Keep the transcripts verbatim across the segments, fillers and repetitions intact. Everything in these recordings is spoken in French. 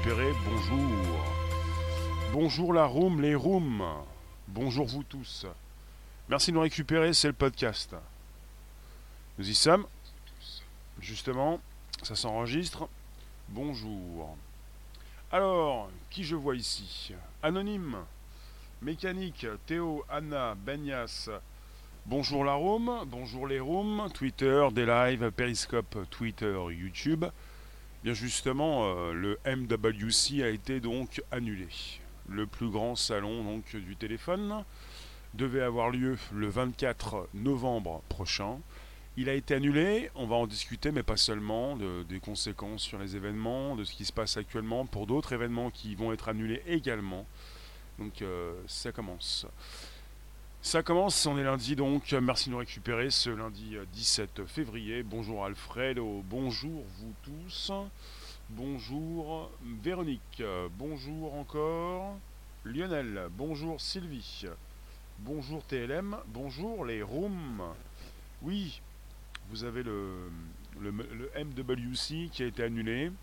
récupérer, bonjour. Bonjour la room, les rooms. Bonjour vous tous. Merci de nous récupérer, c'est le podcast. Nous y sommes. Justement, ça s'enregistre. Bonjour. Alors, qui je vois ici? Anonyme, Mécanique, Théo, Anna, Benyas. Bonjour la room, bonjour les rooms, Twitter, des lives, Periscope, Twitter, YouTube. Bien justement, euh, le M W C a été donc annulé. Le plus grand salon donc du téléphone devait avoir lieu le vingt-quatre novembre prochain. Il a été annulé, on va en discuter, mais pas seulement, de, des conséquences sur les événements, de ce qui se passe actuellement, pour d'autres événements qui vont être annulés également. Donc euh, ça commence. Ça commence, on est lundi donc, merci de nous récupérer ce lundi dix-sept février. Bonjour Alfredo, bonjour vous tous. Bonjour Véronique, bonjour encore Lionel, bonjour Sylvie, bonjour T L M, bonjour les rooms. Oui, vous avez le, le, le M W C qui a été annulé.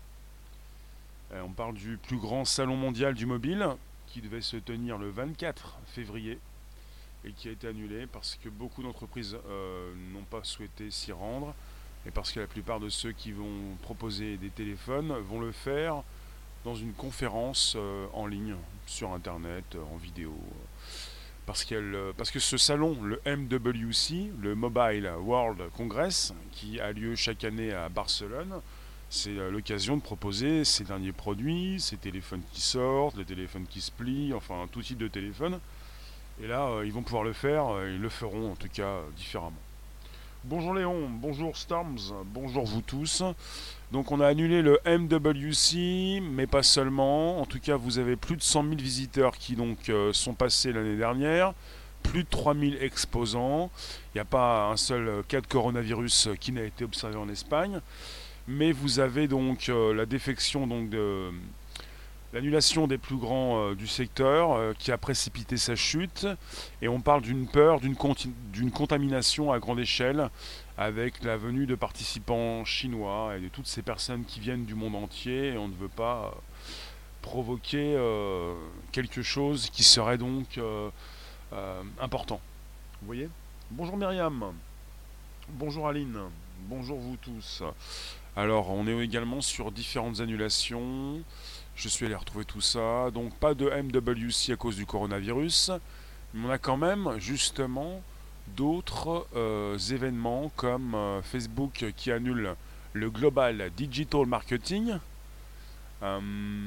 Euh, on parle du plus grand salon mondial du mobile qui devait se tenir le vingt-quatre février et qui a été annulé parce que beaucoup d'entreprises euh, n'ont pas souhaité s'y rendre et parce que la plupart de ceux qui vont proposer des téléphones vont le faire dans une conférence euh, en ligne, sur internet, euh, en vidéo. Parce, qu'elle, euh, parce que ce salon, le M W C, le Mobile World Congress, qui a lieu chaque année à Barcelone, c'est euh, l'occasion de proposer ces derniers produits, ces téléphones qui sortent, les téléphones qui se plient, enfin tout type de téléphone. Et là, euh, ils vont pouvoir le faire, euh, ils le feront en tout cas euh, différemment. Bonjour Léon, bonjour Storms, bonjour vous tous. Donc on a annulé le M W C, mais pas seulement. En tout cas, vous avez plus de cent mille visiteurs qui donc euh, sont passés l'année dernière, plus de trois mille exposants. Il n'y a pas un seul cas de coronavirus qui n'a été observé en Espagne. Mais vous avez donc euh, la défection donc de l'annulation des plus grands euh, du secteur euh, qui a précipité sa chute et on parle d'une peur, d'une, conti- d'une contamination à grande échelle avec la venue de participants chinois et de toutes ces personnes qui viennent du monde entier et on ne veut pas euh, provoquer euh, quelque chose qui serait donc euh, euh, important. Vous voyez? Bonjour Myriam, bonjour Aline, bonjour vous tous. Alors on est également sur différentes annulations. Je suis allé retrouver tout ça. Donc pas de M W C à cause du coronavirus. Mais on a quand même justement d'autres euh, événements comme euh, Facebook qui annule le Global Digital Marketing euh,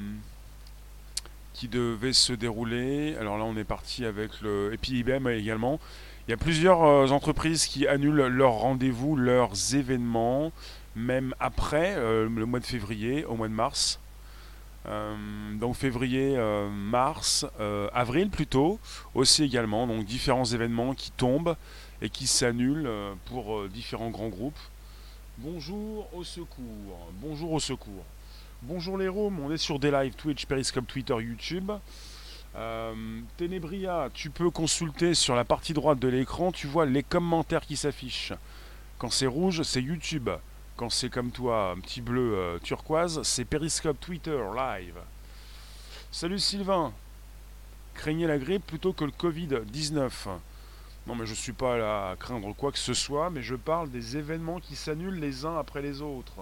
qui devait se dérouler. Alors là on est parti avec le... Et puis I B M également. Il y a plusieurs euh, entreprises qui annulent leurs rendez-vous, leurs événements, même après euh, le mois de février, au mois de mars. Euh, donc février, euh, mars, euh, avril plutôt, aussi également, donc différents événements qui tombent et qui s'annulent euh, pour euh, différents grands groupes. Bonjour au secours, bonjour au secours. Bonjour les rooms, on est sur des lives Twitch, Periscope, Twitter, YouTube. Euh, Ténébria, tu peux consulter sur la partie droite de l'écran, tu vois les commentaires qui s'affichent. Quand c'est rouge, c'est YouTube. Quand c'est comme toi, un petit bleu euh, turquoise, c'est Periscope Twitter live. Salut Sylvain. Craignez la grippe plutôt que le covid dix-neuf. Non mais je suis pas là à craindre quoi que ce soit, mais je parle des événements qui s'annulent les uns après les autres.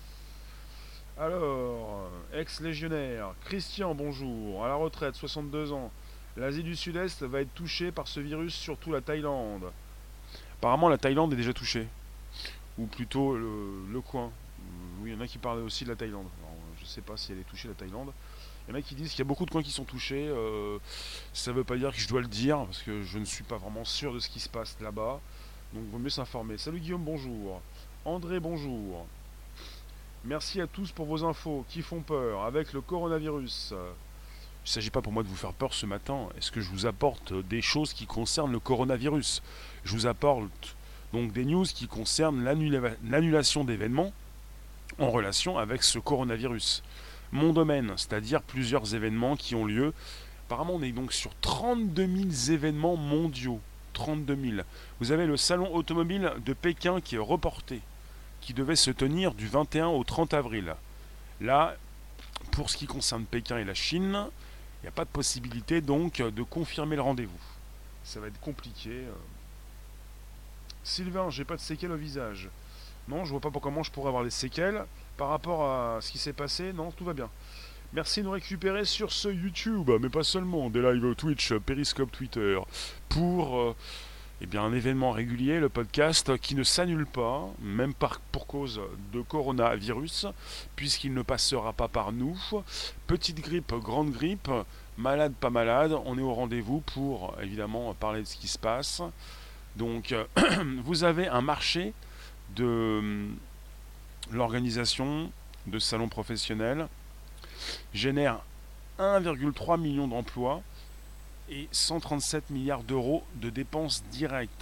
Alors, ex-légionnaire, Christian, bonjour, à la retraite, soixante-deux ans. L'Asie du Sud-Est va être touchée par ce virus, surtout la Thaïlande. Apparemment la Thaïlande est déjà touchée. Ou plutôt le, le coin. Oui, il y en a qui parlent aussi de la Thaïlande. Alors, je ne sais pas si elle est touchée, la Thaïlande. Il y en a qui disent qu'il y a beaucoup de coins qui sont touchés. Euh, ça ne veut pas dire que je dois le dire, parce que je ne suis pas vraiment sûr de ce qui se passe là-bas. Donc il vaut mieux s'informer. Salut Guillaume, bonjour. André, bonjour. Merci à tous pour vos infos qui font peur avec le coronavirus. Il ne s'agit pas pour moi de vous faire peur ce matin. Est-ce que je vous apporte des choses qui concernent le coronavirus? Je vous apporte donc des news qui concernent l'annula- l'annulation d'événements en relation avec ce coronavirus. Mon domaine, c'est-à-dire plusieurs événements qui ont lieu. Apparemment, on est donc sur trente-deux mille événements mondiaux. trente-deux mille. Vous avez le salon automobile de Pékin qui est reporté, qui devait se tenir du vingt et un au trente avril. Là, Pour ce qui concerne Pékin et la Chine, il n'y a pas de possibilité donc de confirmer le rendez-vous. Ça va être compliqué. euh. Sylvain, j'ai pas de séquelles au visage. Non, je vois pas comment je pourrais avoir des séquelles. Par rapport à ce qui s'est passé, non, tout va bien. Merci de nous récupérer sur ce YouTube, mais pas seulement, des lives Twitch, Periscope, Twitter, pour euh, eh bien, un événement régulier, le podcast, qui ne s'annule pas, même par, pour cause de coronavirus, puisqu'il ne passera pas par nous. Petite grippe, grande grippe, malade, pas malade, on est au rendez-vous pour, évidemment, parler de ce qui se passe. Donc, euh, vous avez un marché de euh, l'organisation de salons professionnels, génère un virgule trois million d'emplois et cent trente-sept milliards d'euros de dépenses directes.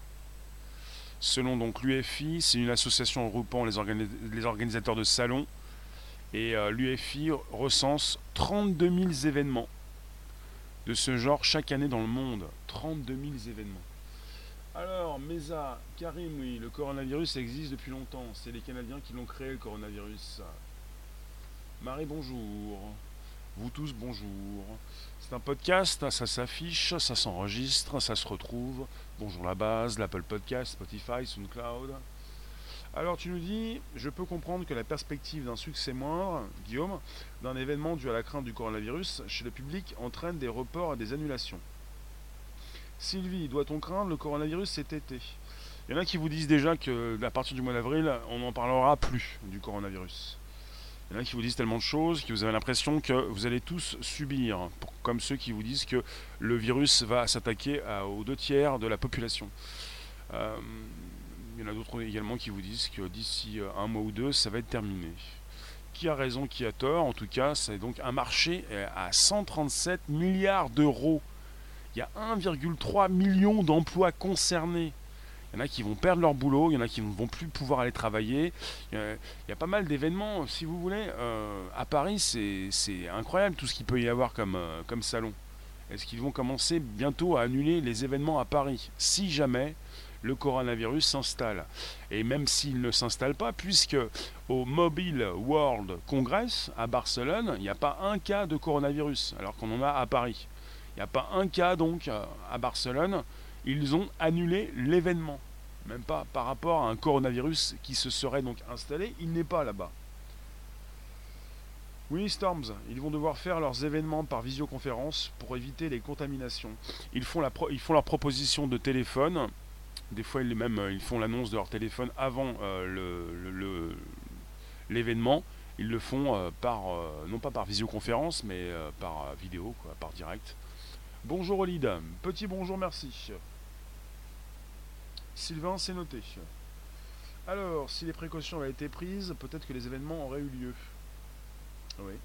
Selon donc l'U F I, c'est une association regroupant les, organi- les organisateurs de salons, et euh, l'U F I recense trente-deux mille événements de ce genre chaque année dans le monde. trente-deux mille événements. Alors, Mesa, Karim, oui, le coronavirus existe depuis longtemps. C'est les Canadiens qui l'ont créé, le coronavirus. Marie, bonjour. Vous tous, bonjour. C'est un podcast, ça s'affiche, ça s'enregistre, ça se retrouve. Bonjour la base, l'Apple Podcast, Spotify, SoundCloud. Alors tu nous dis, je peux comprendre que la perspective d'un succès moindre, Guillaume, d'un événement dû à la crainte du coronavirus chez le public entraîne des reports et des annulations. Sylvie, doit-on craindre le coronavirus cet été? Il y en a qui vous disent déjà qu'à partir du mois d'avril, on n'en parlera plus du coronavirus. Il y en a qui vous disent tellement de choses que vous avez l'impression que vous allez tous subir, comme ceux qui vous disent que le virus va s'attaquer aux deux tiers de la population. Euh, il y en a d'autres également qui vous disent que d'ici un mois ou deux, ça va être terminé. Qui a raison, qui a tort? En tout cas, c'est donc un marché à cent trente-sept milliards d'euros. Il y a un virgule trois million d'emplois concernés. Il y en a qui vont perdre leur boulot, il y en a qui ne vont plus pouvoir aller travailler. Il y a, il y a pas mal d'événements, si vous voulez. Euh, à Paris, c'est, c'est incroyable tout ce qu'il peut y avoir comme, euh, comme salon. Est-ce qu'ils vont commencer bientôt à annuler les événements à Paris, si jamais le coronavirus s'installe? Et même s'il ne s'installe pas, puisque au Mobile World Congress à Barcelone, il n'y a pas un cas de coronavirus, alors qu'on en a à Paris. Il n'y a pas un cas donc à Barcelone. Ils ont annulé l'événement. Même pas par rapport à un coronavirus qui se serait donc installé, il n'est pas là-bas. Oui, Storms, ils vont devoir faire leurs événements par visioconférence pour éviter les contaminations. Ils font, la pro- ils font leur proposition de téléphone. Des fois, ils, même, ils font l'annonce de leur téléphone avant euh, le, le, le, l'événement. Ils le font euh, par, euh, non pas par visioconférence, mais euh, par euh, vidéo, quoi, par direct. Bonjour Olid, petit bonjour, merci. Sylvain, c'est noté. Alors, si les précautions avaient été prises, peut-être que les événements auraient eu lieu. Oui.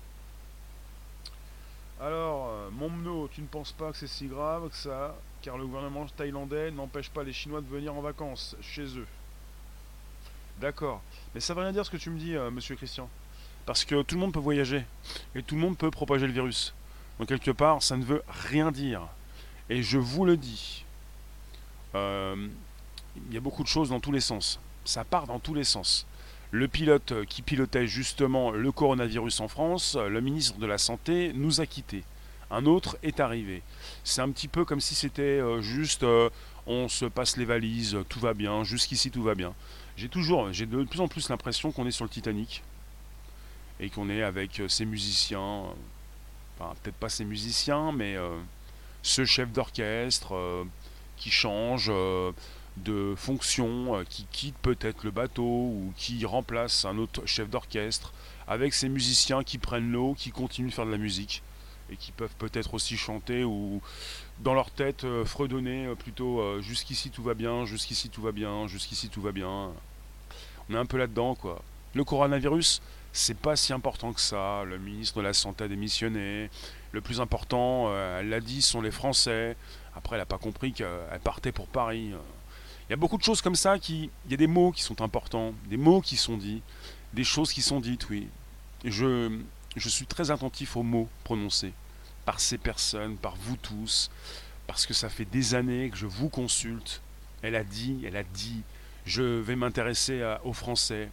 Alors, euh, Momno, tu ne penses pas que c'est si grave que ça, car le gouvernement thaïlandais n'empêche pas les Chinois de venir en vacances chez eux. D'accord. Mais ça veut rien dire ce que tu me dis, euh, monsieur Christian. Parce que tout le monde peut voyager. Et tout le monde peut propager le virus. Donc quelque part, ça ne veut rien dire. Et je vous le dis. Euh, il y a beaucoup de choses dans tous les sens. Ça part dans tous les sens. Le pilote qui pilotait justement le coronavirus en France, le ministre de la Santé, nous a quittés. Un autre est arrivé. C'est un petit peu comme si c'était euh, juste euh, on se passe les valises, tout va bien, jusqu'ici tout va bien. J'ai toujours, j'ai de plus en plus l'impression qu'on est sur le Titanic et qu'on est avec euh, ces musiciens, enfin peut-être pas ces musiciens, mais euh, ce chef d'orchestre euh, qui change euh, de fonction, euh, qui quitte peut-être le bateau ou qui remplace un autre chef d'orchestre, avec ces musiciens qui prennent l'eau, qui continuent de faire de la musique et qui peuvent peut-être aussi chanter ou dans leur tête euh, fredonner euh, plutôt euh, jusqu'ici tout va bien, jusqu'ici tout va bien, jusqu'ici tout va bien. On est un peu là-dedans quoi. Le coronavirus, c'est pas si important que ça. Le ministre de la Santé a démissionné. Le plus important, euh, elle l'a dit, sont les Français. Après, elle n'a pas compris qu'elle partait pour Paris. Il y a beaucoup de choses comme ça qui. Il y a des mots qui sont importants, des mots qui sont dits, des choses qui sont dites, oui. Je, je suis très attentif aux mots prononcés par ces personnes, par vous tous, parce que ça fait des années que je vous consulte. Elle a dit, elle a dit, je vais m'intéresser à- aux Français.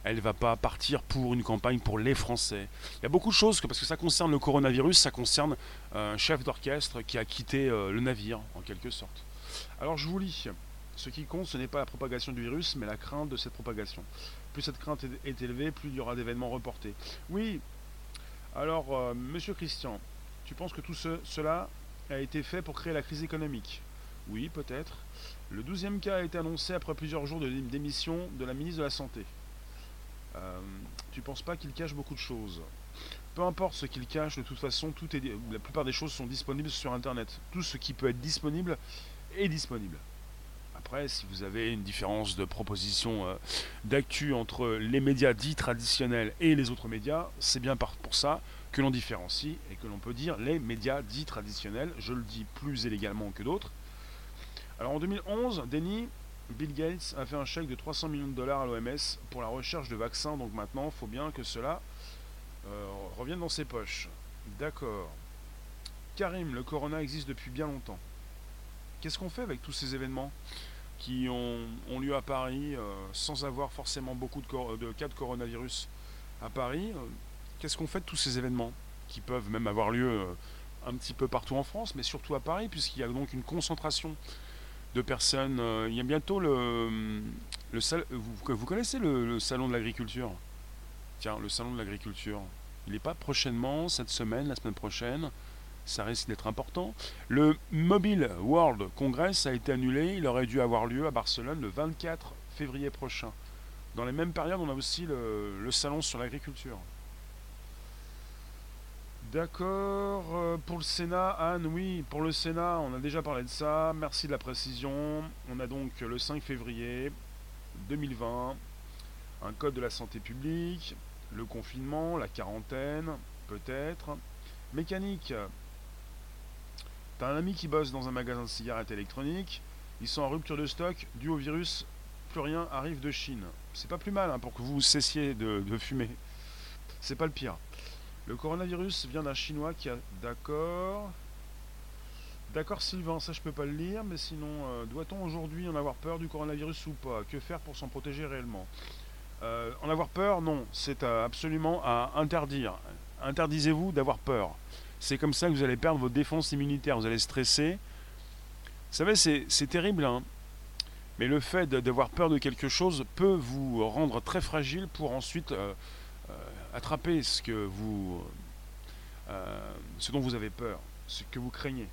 Elle ne va pas partir pour une campagne pour les Français. Il y a beaucoup de choses, que, parce que ça concerne le coronavirus, ça concerne un chef d'orchestre qui a quitté euh, le navire, en quelque sorte. Alors je vous lis. Ce qui compte, ce n'est pas la propagation du virus, mais la crainte de cette propagation. Plus cette crainte est élevée, plus il y aura d'événements reportés. Oui, alors, euh, monsieur Christian, tu penses que tout ce, cela a été fait pour créer la crise économique? Oui, peut-être. Le douzième cas a été annoncé après plusieurs jours de démission de la ministre de la Santé. Euh, tu penses pas qu'il cache beaucoup de choses? Peu importe ce qu'il cache, de toute façon, tout est, la plupart des choses sont disponibles sur Internet. Tout ce qui peut être disponible est disponible. Après, si vous avez une différence de proposition euh, d'actu entre les médias dits traditionnels et les autres médias, c'est bien pour ça que l'on différencie et que l'on peut dire les médias dits traditionnels. Je le dis plus élégalement que d'autres. Alors en deux mille onze, Denis, Bill Gates a fait un chèque de trois cents millions de dollars à l'O M S pour la recherche de vaccins. Donc maintenant, il faut bien que cela euh, revienne dans ses poches. D'accord. Karim, le corona existe depuis bien longtemps. Qu'est-ce qu'on fait avec tous ces événements qui ont, ont lieu à Paris euh, sans avoir forcément beaucoup de, cor- de cas de coronavirus à Paris? euh, Qu'est-ce qu'on fait de tous ces événements qui peuvent même avoir lieu euh, un petit peu partout en France, mais surtout à Paris, puisqu'il y a donc une concentration de personnes. euh, il y a bientôt le, le sal- vous, vous connaissez le, le salon de l'agriculture? Tiens, le salon de l'agriculture. Il n'est pas prochainement, cette semaine, la semaine prochaine. Ça risque d'être important. Le Mobile World Congress a été annulé. Il aurait dû avoir lieu à Barcelone le vingt-quatre février prochain. Dans les mêmes périodes, on a aussi le, le salon sur l'agriculture. D'accord. Euh, pour le Sénat, Anne, oui, pour le Sénat, on a déjà parlé de ça. Merci de la précision. On a donc le cinq février deux mille vingt, un code de la santé publique, le confinement, la quarantaine, peut-être. Mécanique. T'as un ami qui bosse dans un magasin de cigarettes électroniques, ils sont en rupture de stock, dû au virus, plus rien arrive de Chine. C'est pas plus mal hein, pour que vous cessiez de, de fumer. C'est pas le pire. Le coronavirus vient d'un Chinois qui a... D'accord. D'accord Sylvain, ça je peux pas le lire, mais sinon, euh, doit-on aujourd'hui en avoir peur du coronavirus ou pas? Que faire pour s'en protéger réellement? euh, En avoir peur, non. C'est euh, absolument à interdire. Interdisez-vous d'avoir peur. C'est comme ça que vous allez perdre votre défense immunitaire, vous allez stresser. Vous savez, c'est, c'est terrible, hein, mais le fait de- d'avoir peur de quelque chose peut vous rendre très fragile pour ensuite euh, euh, attraper ce que vous, euh, ce dont vous avez peur, ce que vous craignez.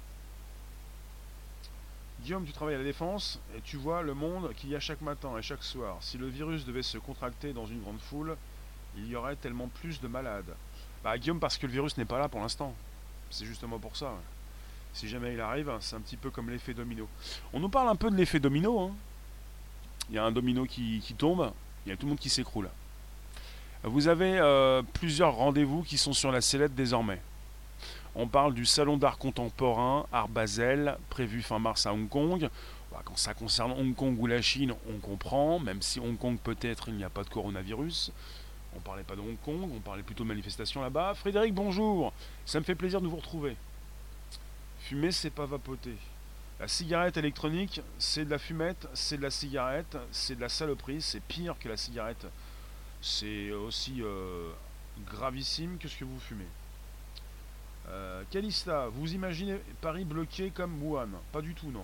Guillaume, tu travailles à la Défense et tu vois le monde qu'il y a chaque matin et chaque soir. Si le virus devait se contracter dans une grande foule, il y aurait tellement plus de malades. Bah Guillaume, parce que le virus n'est pas là pour l'instant. C'est justement pour ça. Si jamais il arrive, c'est un petit peu comme l'effet domino. On nous parle un peu de l'effet domino. Hein. Il y a un domino qui, qui tombe, il y a tout le monde qui s'écroule. Vous avez euh, plusieurs rendez-vous qui sont sur la sellette désormais. On parle du Salon d'art contemporain, Art Basel, prévu fin mars à Hong Kong. Bah, quand ça concerne Hong Kong ou la Chine, on comprend, même si Hong Kong peut-être il n'y a pas de coronavirus. On parlait pas de Hong Kong, on parlait plutôt de manifestations là-bas. Frédéric, bonjour. Ça me fait plaisir de vous retrouver. Fumer, c'est pas vapoter. La cigarette électronique, c'est de la fumette, c'est de la cigarette, c'est de la saloperie, c'est pire que la cigarette. C'est aussi euh, gravissime que ce que vous fumez. Euh, Calista, vous imaginez Paris bloqué comme Wuhan? Pas du tout, non.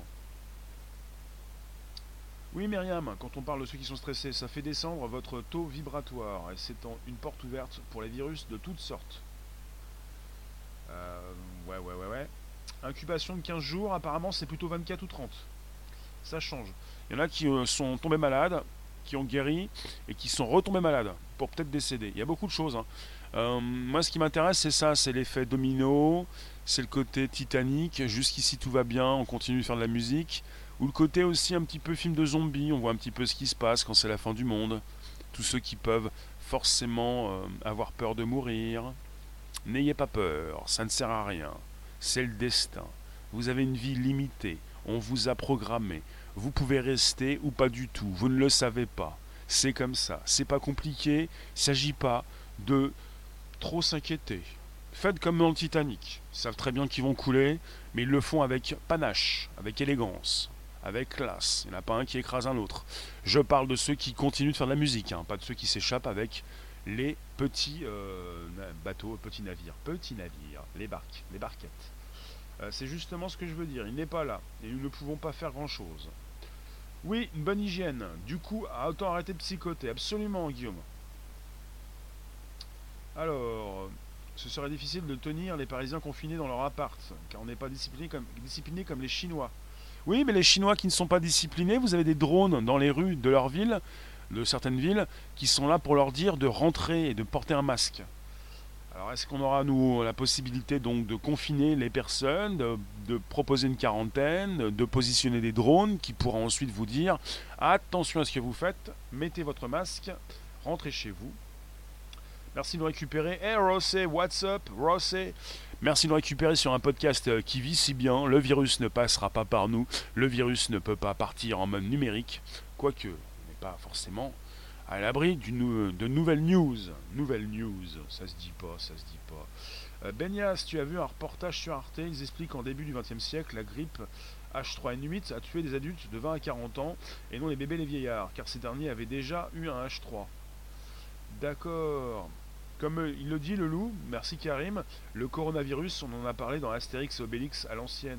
Oui, Myriam, quand on parle de ceux qui sont stressés, ça fait descendre votre taux vibratoire et c'est une porte ouverte pour les virus de toutes sortes. Euh, ouais, ouais, ouais, ouais. Incubation de quinze jours, apparemment c'est plutôt vingt-quatre ou trente. Ça change. Il y en a qui euh, sont tombés malades, qui ont guéri et qui sont retombés malades pour peut-être décéder. Il y a beaucoup de choses. Hein. Euh, moi, ce qui m'intéresse, c'est ça, c'est l'effet domino, c'est le côté Titanic. Jusqu'ici, tout va bien, on continue de faire de la musique. Ou le côté aussi un petit peu film de zombies. On voit un petit peu ce qui se passe quand c'est la fin du monde. Tous ceux qui peuvent forcément euh, avoir peur de mourir. N'ayez pas peur, ça ne sert à rien. C'est le destin. Vous avez une vie limitée. On vous a programmé. Vous pouvez rester ou pas du tout. Vous ne le savez pas. C'est comme ça. C'est pas compliqué. Il ne s'agit pas de trop s'inquiéter. Faites comme dans le Titanic. Ils savent très bien qu'ils vont couler, mais ils le font avec panache, avec élégance, avec classe. Il n'y en a pas un qui écrase un autre. Je parle de ceux qui continuent de faire de la musique, hein, pas de ceux qui s'échappent avec les petits euh, bateaux, petits navires. Petits navires, les barques, les barquettes. Euh, c'est justement ce que je veux dire. Il n'est pas là et nous ne pouvons pas faire grand-chose. Oui, une bonne hygiène. Du coup, autant arrêter de psychoter. Absolument, Guillaume. Alors, ce serait difficile de tenir les Parisiens confinés dans leur appart, car on n'est pas discipliné comme, discipliné comme les Chinois. Oui, mais les Chinois qui ne sont pas disciplinés, vous avez des drones dans les rues de leur ville, de certaines villes, qui sont là pour leur dire de rentrer et de porter un masque. Alors, est-ce qu'on aura, nous, la possibilité donc de confiner les personnes, de, de proposer une quarantaine, de positionner des drones qui pourront ensuite vous dire attention à ce que vous faites, mettez votre masque, rentrez chez vous. Merci de nous récupérer. Hey Rossé, what's up, Rossé? Merci de nous récupérer sur un podcast qui vit si bien. Le virus ne passera pas par nous. Le virus ne peut pas partir en mode numérique. Quoique, on n'est pas forcément à l'abri d'une, de nouvelles news. Nouvelles news, ça se dit pas, ça se dit pas. Euh, Benias, tu as vu un reportage sur Arte. Ils expliquent qu'en début du vingtième siècle, la grippe H trois N huit a tué des adultes de vingt à quarante ans et non les bébés et les vieillards, car ces derniers avaient déjà eu un H trois. D'accord. Comme il le dit le loup, merci Karim, le coronavirus, on en a parlé dans Astérix et Obélix à l'ancienne.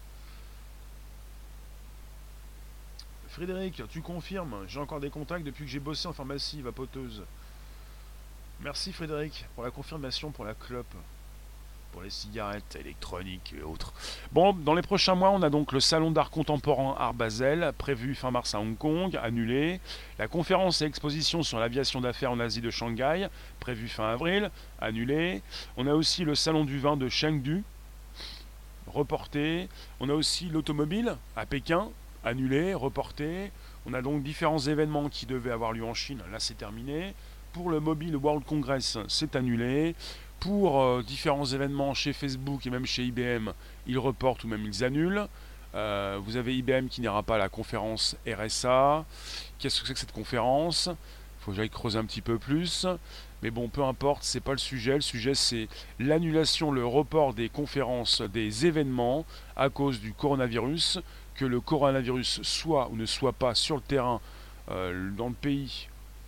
Frédéric, tu confirmes, j'ai encore des contacts depuis que j'ai bossé en pharmacie vapoteuse. Merci Frédéric pour la confirmation pour la clope, pour les cigarettes électroniques et autres. Bon, dans les prochains mois, on a donc le salon d'art contemporain Art Basel, prévu fin mars à Hong Kong, annulé. La conférence et exposition sur l'aviation d'affaires en Asie de Shanghai, prévue fin avril, annulé. On a aussi le salon du vin de Chengdu, reporté. On a aussi l'automobile à Pékin, annulé, reporté. On a donc différents événements qui devaient avoir lieu en Chine, là c'est terminé. Pour le Mobile World Congress, c'est annulé. Pour euh, différents événements chez Facebook et même chez I B M, ils reportent ou même ils annulent. Euh, vous avez I B M qui n'ira pas à la conférence R S A. Qu'est-ce que c'est que cette conférence? Il faut que j'aille creuser un petit peu plus. Mais bon, peu importe, c'est pas le sujet. Le sujet, c'est l'annulation, le report des conférences, des événements à cause du coronavirus. Que le coronavirus soit ou ne soit pas sur le terrain euh, dans le pays.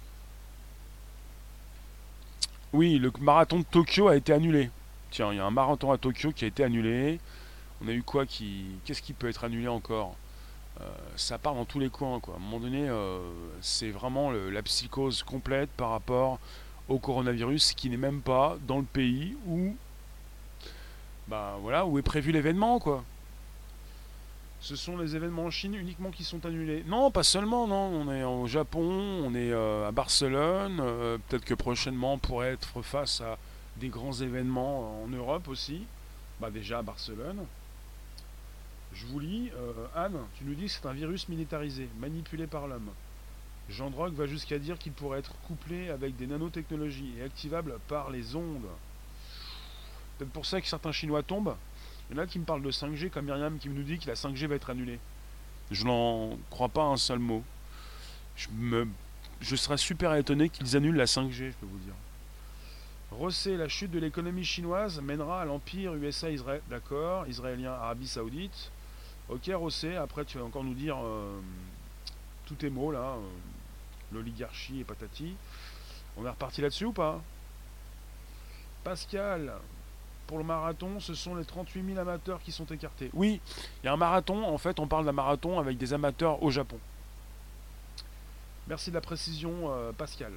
Oui, le marathon de Tokyo a été annulé. Tiens, il y a un marathon à Tokyo qui a été annulé. On a eu quoi qui... Qu'est-ce qui peut être annulé encore? Euh, Ça part dans tous les coins, quoi. À un moment donné, euh, c'est vraiment le- la psychose complète par rapport au coronavirus qui n'est même pas dans le pays où, bah voilà, où est prévu l'événement, quoi. Ce sont les événements en Chine uniquement qui sont annulés. Non, pas seulement, non. On est au Japon, on est euh, à Barcelone. Euh, peut-être que prochainement on pourrait être face à des grands événements en Europe aussi. Bah déjà à Barcelone. Je vous lis, euh, Anne, tu nous dis que c'est un virus militarisé, manipulé par l'homme. Jean Drogue va jusqu'à dire qu'il pourrait être couplé avec des nanotechnologies et activable par les ondes. Peut-être pour ça que certains Chinois tombent. Il y en a qui me parlent de cinq G, comme Myriam qui nous dit que la cinq G va être annulée. Je n'en crois pas un seul mot. Je, me, je serais super étonné qu'ils annulent la cinq G, je peux vous dire. Rossé, la chute de l'économie chinoise mènera à l'empire U S A-Israël. D'accord, israélien, Arabie Saoudite. Ok, Rossé, après tu vas encore nous dire euh, tous tes mots là, euh, l'oligarchie et patati. On est reparti là-dessus ou pas? Pascal, pour le marathon, ce sont les trente-huit mille amateurs qui sont écartés. Oui, il y a un marathon, en fait on parle d'un marathon avec des amateurs au Japon. Merci de la précision, euh, Pascal.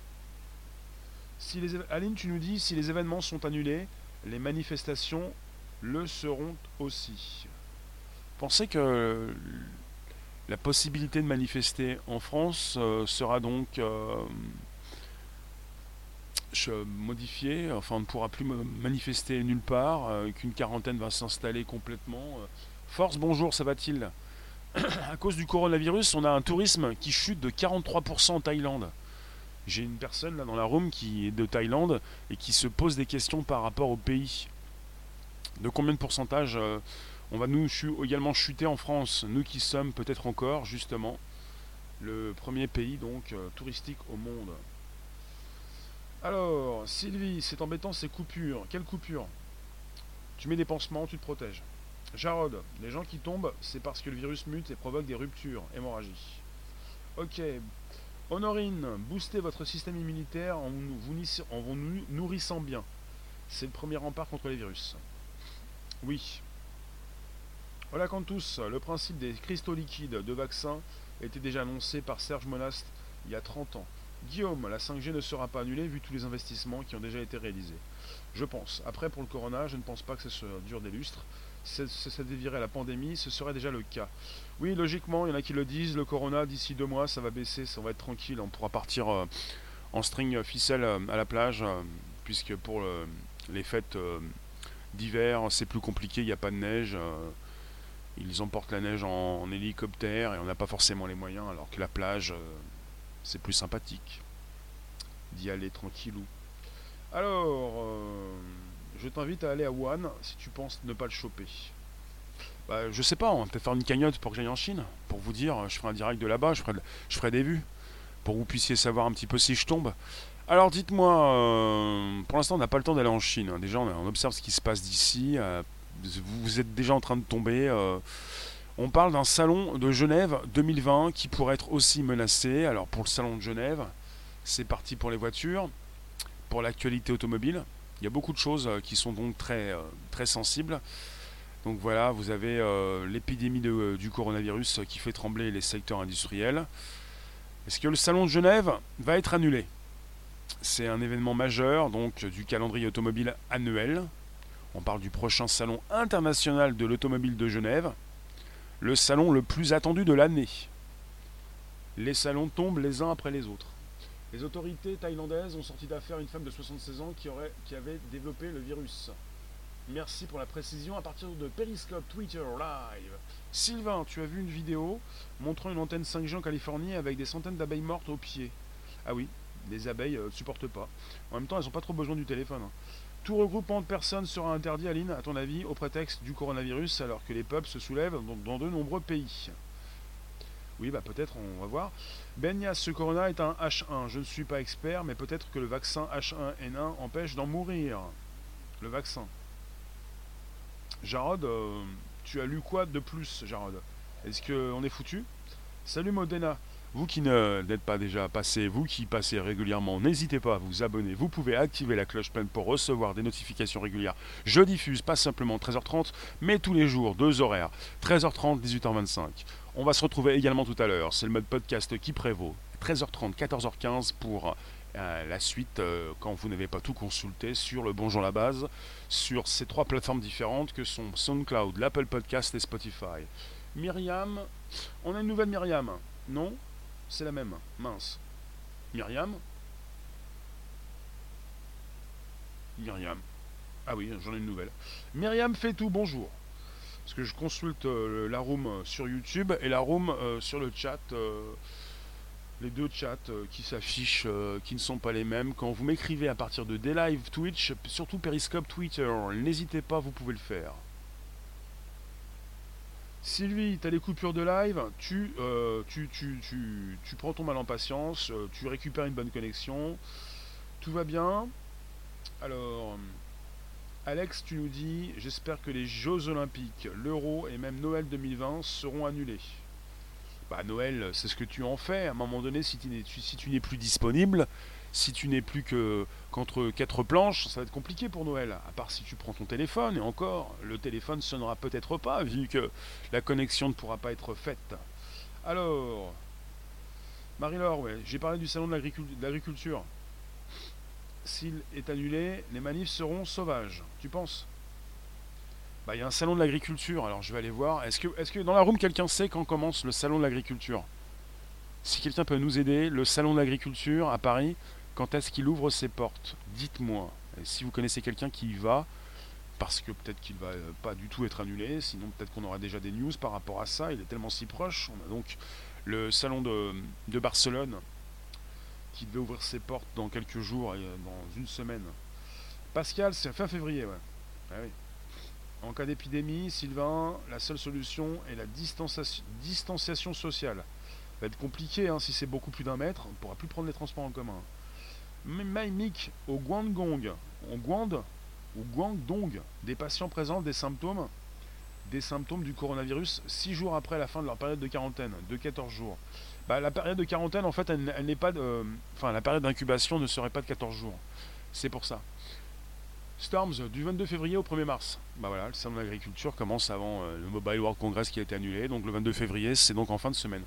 Si les, Aline, tu nous dis, si les événements sont annulés, les manifestations le seront aussi. Pensez que la possibilité de manifester en France euh, sera donc euh, modifiée, enfin on ne pourra plus manifester nulle part, euh, qu'une quarantaine va s'installer complètement. Force, bonjour, ça va-t-il? À cause du coronavirus, on a un tourisme qui chute de quarante-trois pour cent en Thaïlande. J'ai une personne là dans la room qui est de Thaïlande et qui se pose des questions par rapport au pays. De combien de pourcentage euh, on va nous chu- également chuter en France, nous qui sommes peut-être encore justement le premier pays donc euh, touristique au monde. Alors, Sylvie, c'est embêtant ces coupures. Quelle coupure? Tu mets des pansements, tu te protèges. Jarod, les gens qui tombent, c'est parce que le virus mute et provoque des ruptures, hémorragie. Ok. Honorine, boostez votre système immunitaire en vous, vous, en vous nourrissant bien. C'est le premier rempart contre les virus. Oui. Voilà quand tous, le principe des cristaux liquides de vaccins était déjà annoncé par Serge Monast il y a trente ans. Guillaume, la cinq G ne sera pas annulée vu tous les investissements qui ont déjà été réalisés. Je pense. Après, pour le corona, je ne pense pas que ce dure des lustres. Si ça dévierait la pandémie, ce serait déjà le cas. Oui, logiquement, il y en a qui le disent, le corona, d'ici deux mois, ça va baisser, ça va être tranquille. On pourra partir euh, en string ficelle euh, à la plage, euh, puisque pour le, les fêtes euh, d'hiver, c'est plus compliqué, il n'y a pas de neige. Euh, ils emportent la neige en, en hélicoptère et on n'a pas forcément les moyens, alors que la plage, euh, c'est plus sympathique d'y aller tranquillou. Alors, euh, je t'invite à aller à Wuhan si tu penses ne pas le choper. Bah, je sais pas, on va peut-être faire une cagnotte pour que j'aille en Chine. Pour vous dire, je ferai un direct de là-bas, je ferai, je ferai des vues. Pour que vous puissiez savoir un petit peu si je tombe. Alors dites-moi, euh, pour l'instant on n'a pas le temps d'aller en Chine. Hein. Déjà on, on observe ce qui se passe d'ici. Euh, vous êtes déjà en train de tomber. Euh, on parle d'un salon de Genève deux mille vingt qui pourrait être aussi menacé. Alors pour le salon de Genève, c'est parti pour les voitures. Pour l'actualité automobile. Il y a beaucoup de choses qui sont donc très, euh, très sensibles. Donc voilà, vous avez euh, l'épidémie de, euh, du coronavirus qui fait trembler les secteurs industriels. Est-ce que le salon de Genève va être annulé? C'est un événement majeur donc du calendrier automobile annuel. On parle du prochain salon international de l'automobile de Genève, le salon le plus attendu de l'année. Les salons tombent les uns après les autres. Les autorités thaïlandaises ont sorti d'affaire une femme de soixante-seize ans qui, aurait, qui avait développé le virus. Merci pour la précision à partir de Periscope Twitter Live. Sylvain, tu as vu une vidéo montrant une antenne cinq G en Californie avec des centaines d'abeilles mortes au pied. Ah oui, les abeilles ne euh, supportent pas. En même temps, elles n'ont pas trop besoin du téléphone. Hein. Tout regroupement de personnes sera interdit, Aline, à ton avis, au prétexte du coronavirus, alors que les peuples se soulèvent dans, dans de nombreux pays. Oui, bah peut-être, on va voir. Benias, ce corona est un H un. Je ne suis pas expert, mais peut-être que le vaccin H un N un empêche d'en mourir. Le vaccin. Jarod, euh, tu as lu quoi de plus, Jarod? Est-ce qu'on est foutu? Salut Modena. Vous qui ne n'êtes pas déjà passé, vous qui passez régulièrement, n'hésitez pas à vous abonner. Vous pouvez activer la cloche pleine pour recevoir des notifications régulières. Je diffuse pas simplement treize heures trente, mais tous les jours, deux horaires. treize heures trente, dix-huit heures vingt-cinq. On va se retrouver également tout à l'heure. C'est le mode podcast qui prévaut. treize heures trente, quatorze heures quinze pour euh, la suite, euh, quand vous n'avez pas tout consulté sur le Bonjour la base, sur ces trois plateformes différentes que sont SoundCloud, l'Apple Podcast et Spotify. Myriam, on a une nouvelle Myriam, non? C'est la même, mince. Myriam Myriam. Ah oui, j'en ai une nouvelle. Myriam fait tout, bonjour. Parce que je consulte euh, la room sur YouTube et la room euh, sur le chat. Euh, les deux chats euh, qui s'affichent, euh, qui ne sont pas les mêmes. Quand vous m'écrivez à partir de des lives Twitch, surtout Periscope Twitter, n'hésitez pas, vous pouvez le faire. Sylvie, tu as les coupures de live, tu, euh, tu, tu, tu, tu prends ton mal en patience, euh, tu récupères une bonne connexion, tout va bien. Alors, Alex, tu nous dis, j'espère que les Jeux Olympiques, l'Euro et même Noël deux mille vingt seront annulés. Bah Noël, c'est ce que tu en fais. À un moment donné, si tu n'es, si tu n'es plus disponible, si tu n'es plus que qu'entre quatre planches, ça va être compliqué pour Noël. À part si tu prends ton téléphone, et encore, le téléphone sonnera peut-être pas, vu que la connexion ne pourra pas être faite. Alors, Marie-Laure, ouais, j'ai parlé du salon de, l'agricu- de l'agriculture. S'il est annulé, les manifs seront sauvages. Tu penses? Bah, il y a un salon de l'agriculture, alors je vais aller voir. Est-ce que, est-ce que dans la room, quelqu'un sait quand commence le salon de l'agriculture? Si quelqu'un peut nous aider, le salon de l'agriculture à Paris, quand est-ce qu'il ouvre ses portes? Dites-moi. Et si vous connaissez quelqu'un qui y va, parce que peut-être qu'il va euh, pas du tout être annulé, sinon peut-être qu'on aura déjà des news par rapport à ça, il est tellement si proche. On a donc le salon de, de Barcelone qui devait ouvrir ses portes dans quelques jours, et dans une semaine. Pascal, c'est fin février, ouais. Ah oui. En cas d'épidémie, Sylvain, la seule solution est la distanciation, distanciation sociale. Ça va être compliqué, hein, si c'est beaucoup plus d'un mètre, on ne pourra plus prendre les transports en commun. Maïmik, au Guangdong, au Guand, au Guangdong, des patients présentent des symptômes des symptômes du coronavirus six jours après la fin de leur période de quarantaine, de quatorze jours. Bah, la période de quarantaine, en fait, elle, elle n'est pas de... Enfin, la période d'incubation ne serait pas de quatorze jours. C'est pour ça. Storms, du vingt-deux février au premier mars. Bah voilà, le salon de l'agriculture commence avant euh, le Mobile World Congress qui a été annulé. Donc le vingt-deux février, c'est donc en fin de semaine.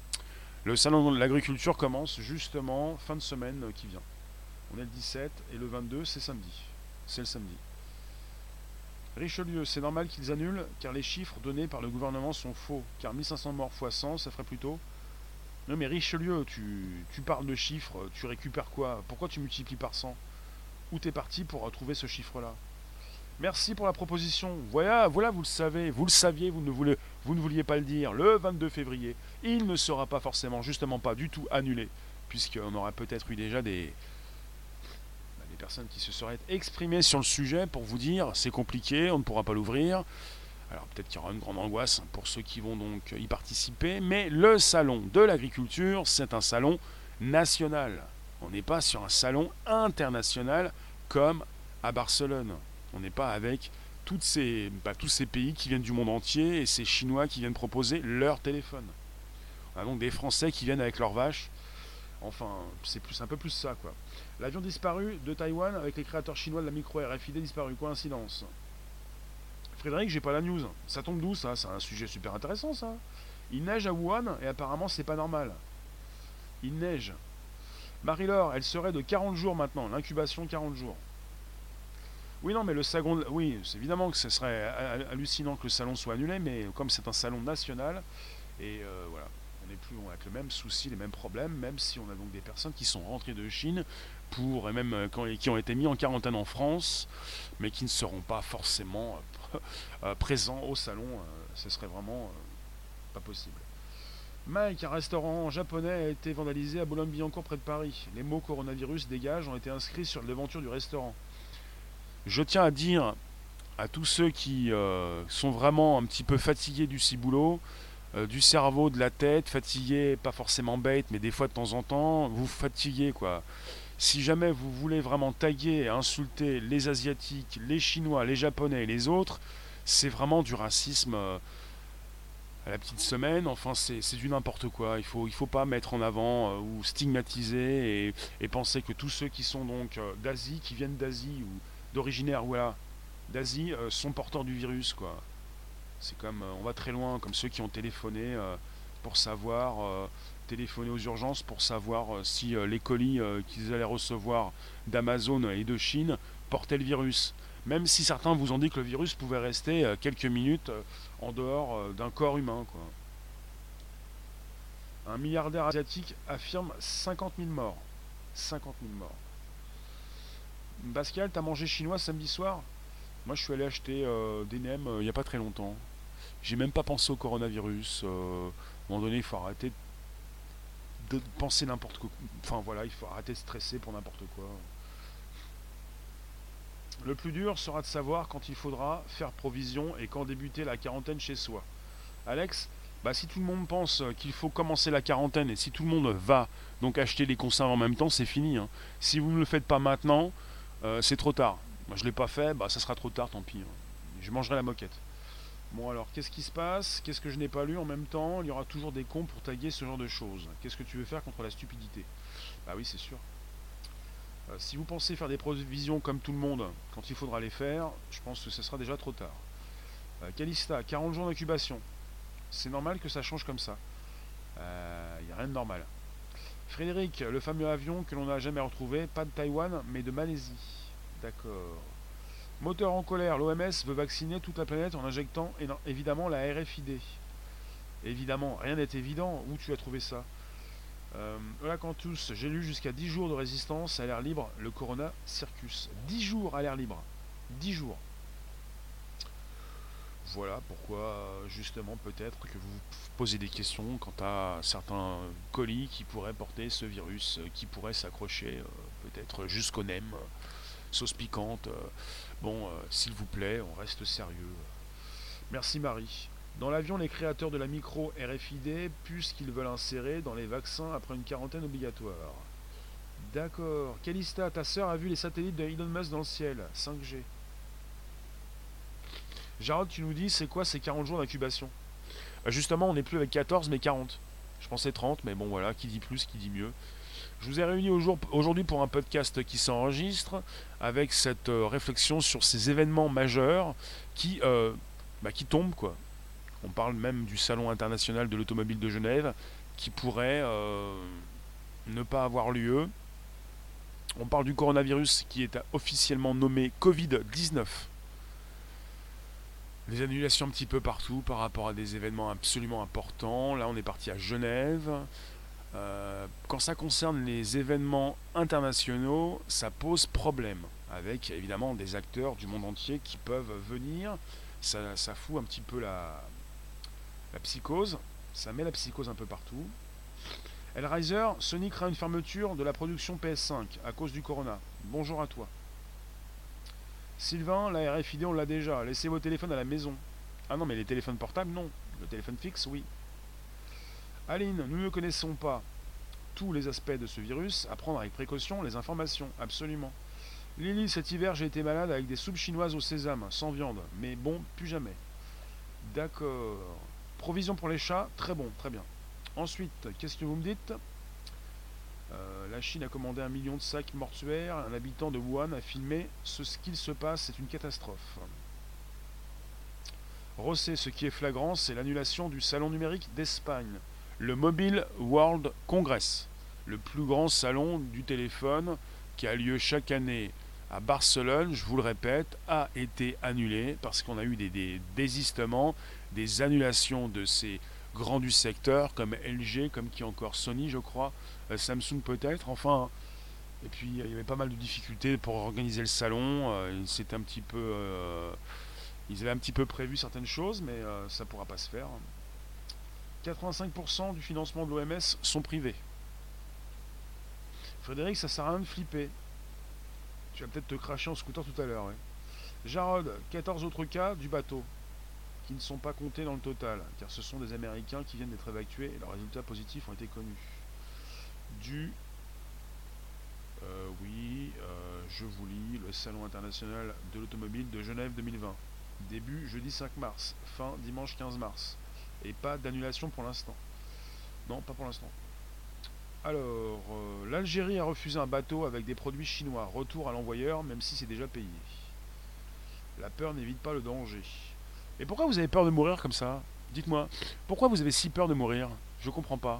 Le salon de l'agriculture commence justement fin de semaine euh, qui vient. On est le dix-sept et le vingt-deux, c'est samedi. C'est le samedi. Richelieu, c'est normal qu'ils annulent car les chiffres donnés par le gouvernement sont faux. Car mille cinq cents morts fois cent, ça ferait plutôt... Non mais Richelieu, tu, tu parles de chiffres, tu récupères quoi? Pourquoi tu multiplies par cent? Où t'es parti pour trouver ce chiffre-là? Merci pour la proposition. Voilà, voilà, vous le savez, vous le saviez, vous ne, voulez, vous ne vouliez pas le dire. Le vingt-deux février, il ne sera pas forcément, justement pas du tout annulé, puisqu'on aura peut-être eu déjà des, bah, des personnes qui se seraient exprimées sur le sujet pour vous dire c'est compliqué, on ne pourra pas l'ouvrir. Alors peut-être qu'il y aura une grande angoisse pour ceux qui vont donc y participer, mais le salon de l'agriculture, c'est un salon national. On n'est pas sur un salon international comme à Barcelone. On n'est pas avec toutes ces, bah, tous ces pays qui viennent du monde entier et ces Chinois qui viennent proposer leur téléphone. On a donc des Français qui viennent avec leurs vaches. Enfin, c'est plus, un peu plus ça, quoi. L'avion disparu de Taïwan avec les créateurs chinois de la micro R F I D disparu. Coïncidence. Frédéric, j'ai pas la news. Ça tombe d'où, ça? C'est un sujet super intéressant, ça. Il neige à Wuhan et apparemment c'est pas normal. Il neige. Marie-Laure, elle serait de quarante jours maintenant, l'incubation quarante jours. Oui, non, mais le salon, oui, c'est évidemment que ce serait hallucinant que le salon soit annulé, mais comme c'est un salon national, et euh, voilà, on n'est plus avec le même souci, les mêmes problèmes, même si on a donc des personnes qui sont rentrées de Chine, pour, et même euh, qui ont été mis en quarantaine en France, mais qui ne seront pas forcément euh, présents au salon, euh, ce serait vraiment euh, pas possible. Mike, un restaurant japonais a été vandalisé à Boulogne-Billancourt près de Paris. Les mots coronavirus dégage ont été inscrits sur la devanture du restaurant. Je tiens à dire à tous ceux qui euh, sont vraiment un petit peu fatigués du ciboulot, euh, du cerveau, de la tête, fatigués, pas forcément bête, mais des fois de temps en temps, vous fatiguez quoi. Si jamais vous voulez vraiment taguer et insulter les Asiatiques, les Chinois, les Japonais et les autres, c'est vraiment du racisme. Euh, à la petite semaine, enfin c'est, c'est du n'importe quoi, il faut, il faut pas mettre en avant euh, ou stigmatiser et, et penser que tous ceux qui sont donc euh, d'Asie, qui viennent d'Asie ou d'originaire voilà, d'Asie euh, sont porteurs du virus quoi. C'est comme, euh, on va très loin, comme ceux qui ont téléphoné euh, pour savoir, euh, téléphoner aux urgences pour savoir euh, si euh, les colis euh, qu'ils allaient recevoir d'Amazon et de Chine portaient le virus. Même si certains vous ont dit que le virus pouvait rester euh, quelques minutes euh, en dehors euh, d'un corps humain. Quoi. Un milliardaire asiatique affirme cinquante mille morts. cinquante mille morts. Pascal, t'as mangé chinois samedi soir? Moi, je suis allé acheter euh, des nems euh, il n'y a pas très longtemps. J'ai même pas pensé au coronavirus. Euh, à un moment donné, il faut arrêter de penser n'importe quoi. Enfin voilà, il faut arrêter de stresser pour n'importe quoi. Le plus dur sera de savoir quand il faudra faire provision et quand débuter la quarantaine chez soi. Alex, bah si tout le monde pense qu'il faut commencer la quarantaine et si tout le monde va donc acheter les conserves en même temps, c'est fini. Hein. Si vous ne le faites pas maintenant, euh, c'est trop tard. Moi je ne l'ai pas fait, bah ça sera trop tard, tant pis. Hein. Je mangerai la moquette. Bon alors, qu'est-ce qui se passe? Qu'est-ce que je n'ai pas lu en même temps? Il y aura toujours des cons pour taguer ce genre de choses. Qu'est-ce que tu veux faire contre la stupidité? Bah oui, c'est sûr. Euh, si vous pensez faire des provisions comme tout le monde, quand il faudra les faire, je pense que ce sera déjà trop tard. Euh, Calista, quarante jours d'incubation. C'est normal que ça change comme ça. Il euh, n'y a rien de normal. Frédéric, le fameux avion que l'on n'a jamais retrouvé, pas de Taïwan, mais de Malaisie. D'accord. Moteur en colère, l'O M S veut vacciner toute la planète en injectant évidemment la R F I D. Évidemment, rien n'est évident. Où tu as trouvé ça? euh, Voilà Cantus, j'ai lu jusqu'à dix jours de résistance à l'air libre, le Corona Circus. dix jours à l'air libre. dix jours. Voilà pourquoi, justement, peut-être que vous vous posez des questions quant à certains colis qui pourraient porter ce virus, qui pourrait s'accrocher euh, peut-être jusqu'au nem, euh, sauce piquante. Euh, bon, euh, s'il vous plaît, on reste sérieux. Merci Marie. Dans l'avion, les créateurs de la micro R F I D, puisqu'ils veulent insérer dans les vaccins après une quarantaine obligatoire. D'accord. Calista, ta sœur a vu les satellites de Elon Musk dans le ciel. cinq G. Jarod, tu nous dis, c'est quoi ces quarante jours d'incubation? Bah, justement, on n'est plus avec quatorze, mais quarante. Je pensais trente, mais bon voilà, qui dit plus, qui dit mieux. Je vous ai réunis aujourd'hui pour un podcast qui s'enregistre avec cette euh, réflexion sur ces événements majeurs qui, euh, bah, qui tombent, quoi. On parle même du Salon international de l'automobile de Genève qui pourrait euh, ne pas avoir lieu. On parle du coronavirus qui est officiellement nommé covid dix-neuf. Des annulations un petit peu partout par rapport à des événements absolument importants. Là, on est parti à Genève. Euh, quand ça concerne les événements internationaux, ça pose problème. Avec évidemment des acteurs du monde entier qui peuvent venir. Ça, ça fout un petit peu la, la psychose. Ça met la psychose un peu partout. Hellraiser, Sony craint une fermeture de la production P S cinq à cause du corona. Bonjour à toi. Sylvain, la R F I D on l'a déjà. Laissez vos téléphones à la maison. Ah non, mais les téléphones portables, non. Le téléphone fixe, oui. Aline, nous ne connaissons pas tous les aspects de ce virus. À prendre avec précaution les informations, absolument. Lily, cet hiver, j'ai été malade avec des soupes chinoises au sésame, sans viande. Mais bon, plus jamais. D'accord. Provision pour les chats, très bon, très bien. Ensuite, qu'est-ce que vous me dites? Euh, la Chine a commandé un million de sacs mortuaires. Un habitant de Wuhan a filmé ce qu'il se passe, c'est une catastrophe. Rossé, ce qui est flagrant, c'est l'annulation du salon numérique d'Espagne, le Mobile World Congress, le plus grand salon du téléphone qui a lieu chaque année à Barcelone, je vous le répète, a été annulé parce qu'on a eu des, des désistements, des annulations de ces grands du secteur comme L G, comme qui encore Sony, je crois, euh, Samsung peut-être, enfin. Et puis il y avait pas mal de difficultés pour organiser le salon. Euh, c'était un petit peu, euh, ils avaient un petit peu prévu certaines choses, mais euh, ça ne pourra pas se faire. quatre-vingt-cinq pour cent du financement de l'O M S sont privés. Frédéric, ça sert à rien de flipper. Tu vas peut-être te cracher en scooter tout à l'heure. Ouais. Jarod, quatorze autres cas du bateau qui ne sont pas comptés dans le total, car ce sont des Américains qui viennent d'être évacués et leurs résultats positifs ont été connus. Du Euh, oui, euh, je vous lis le Salon international de l'automobile de Genève deux mille vingt. Début jeudi cinq mars, fin dimanche quinze mars. Et pas d'annulation pour l'instant. Non, pas pour l'instant. Alors, euh, l'Algérie a refusé un bateau avec des produits chinois. Retour à l'envoyeur, même si c'est déjà payé. La peur n'évite pas le danger. Et pourquoi vous avez peur de mourir comme ça? Dites-moi, pourquoi vous avez si peur de mourir? Je comprends pas.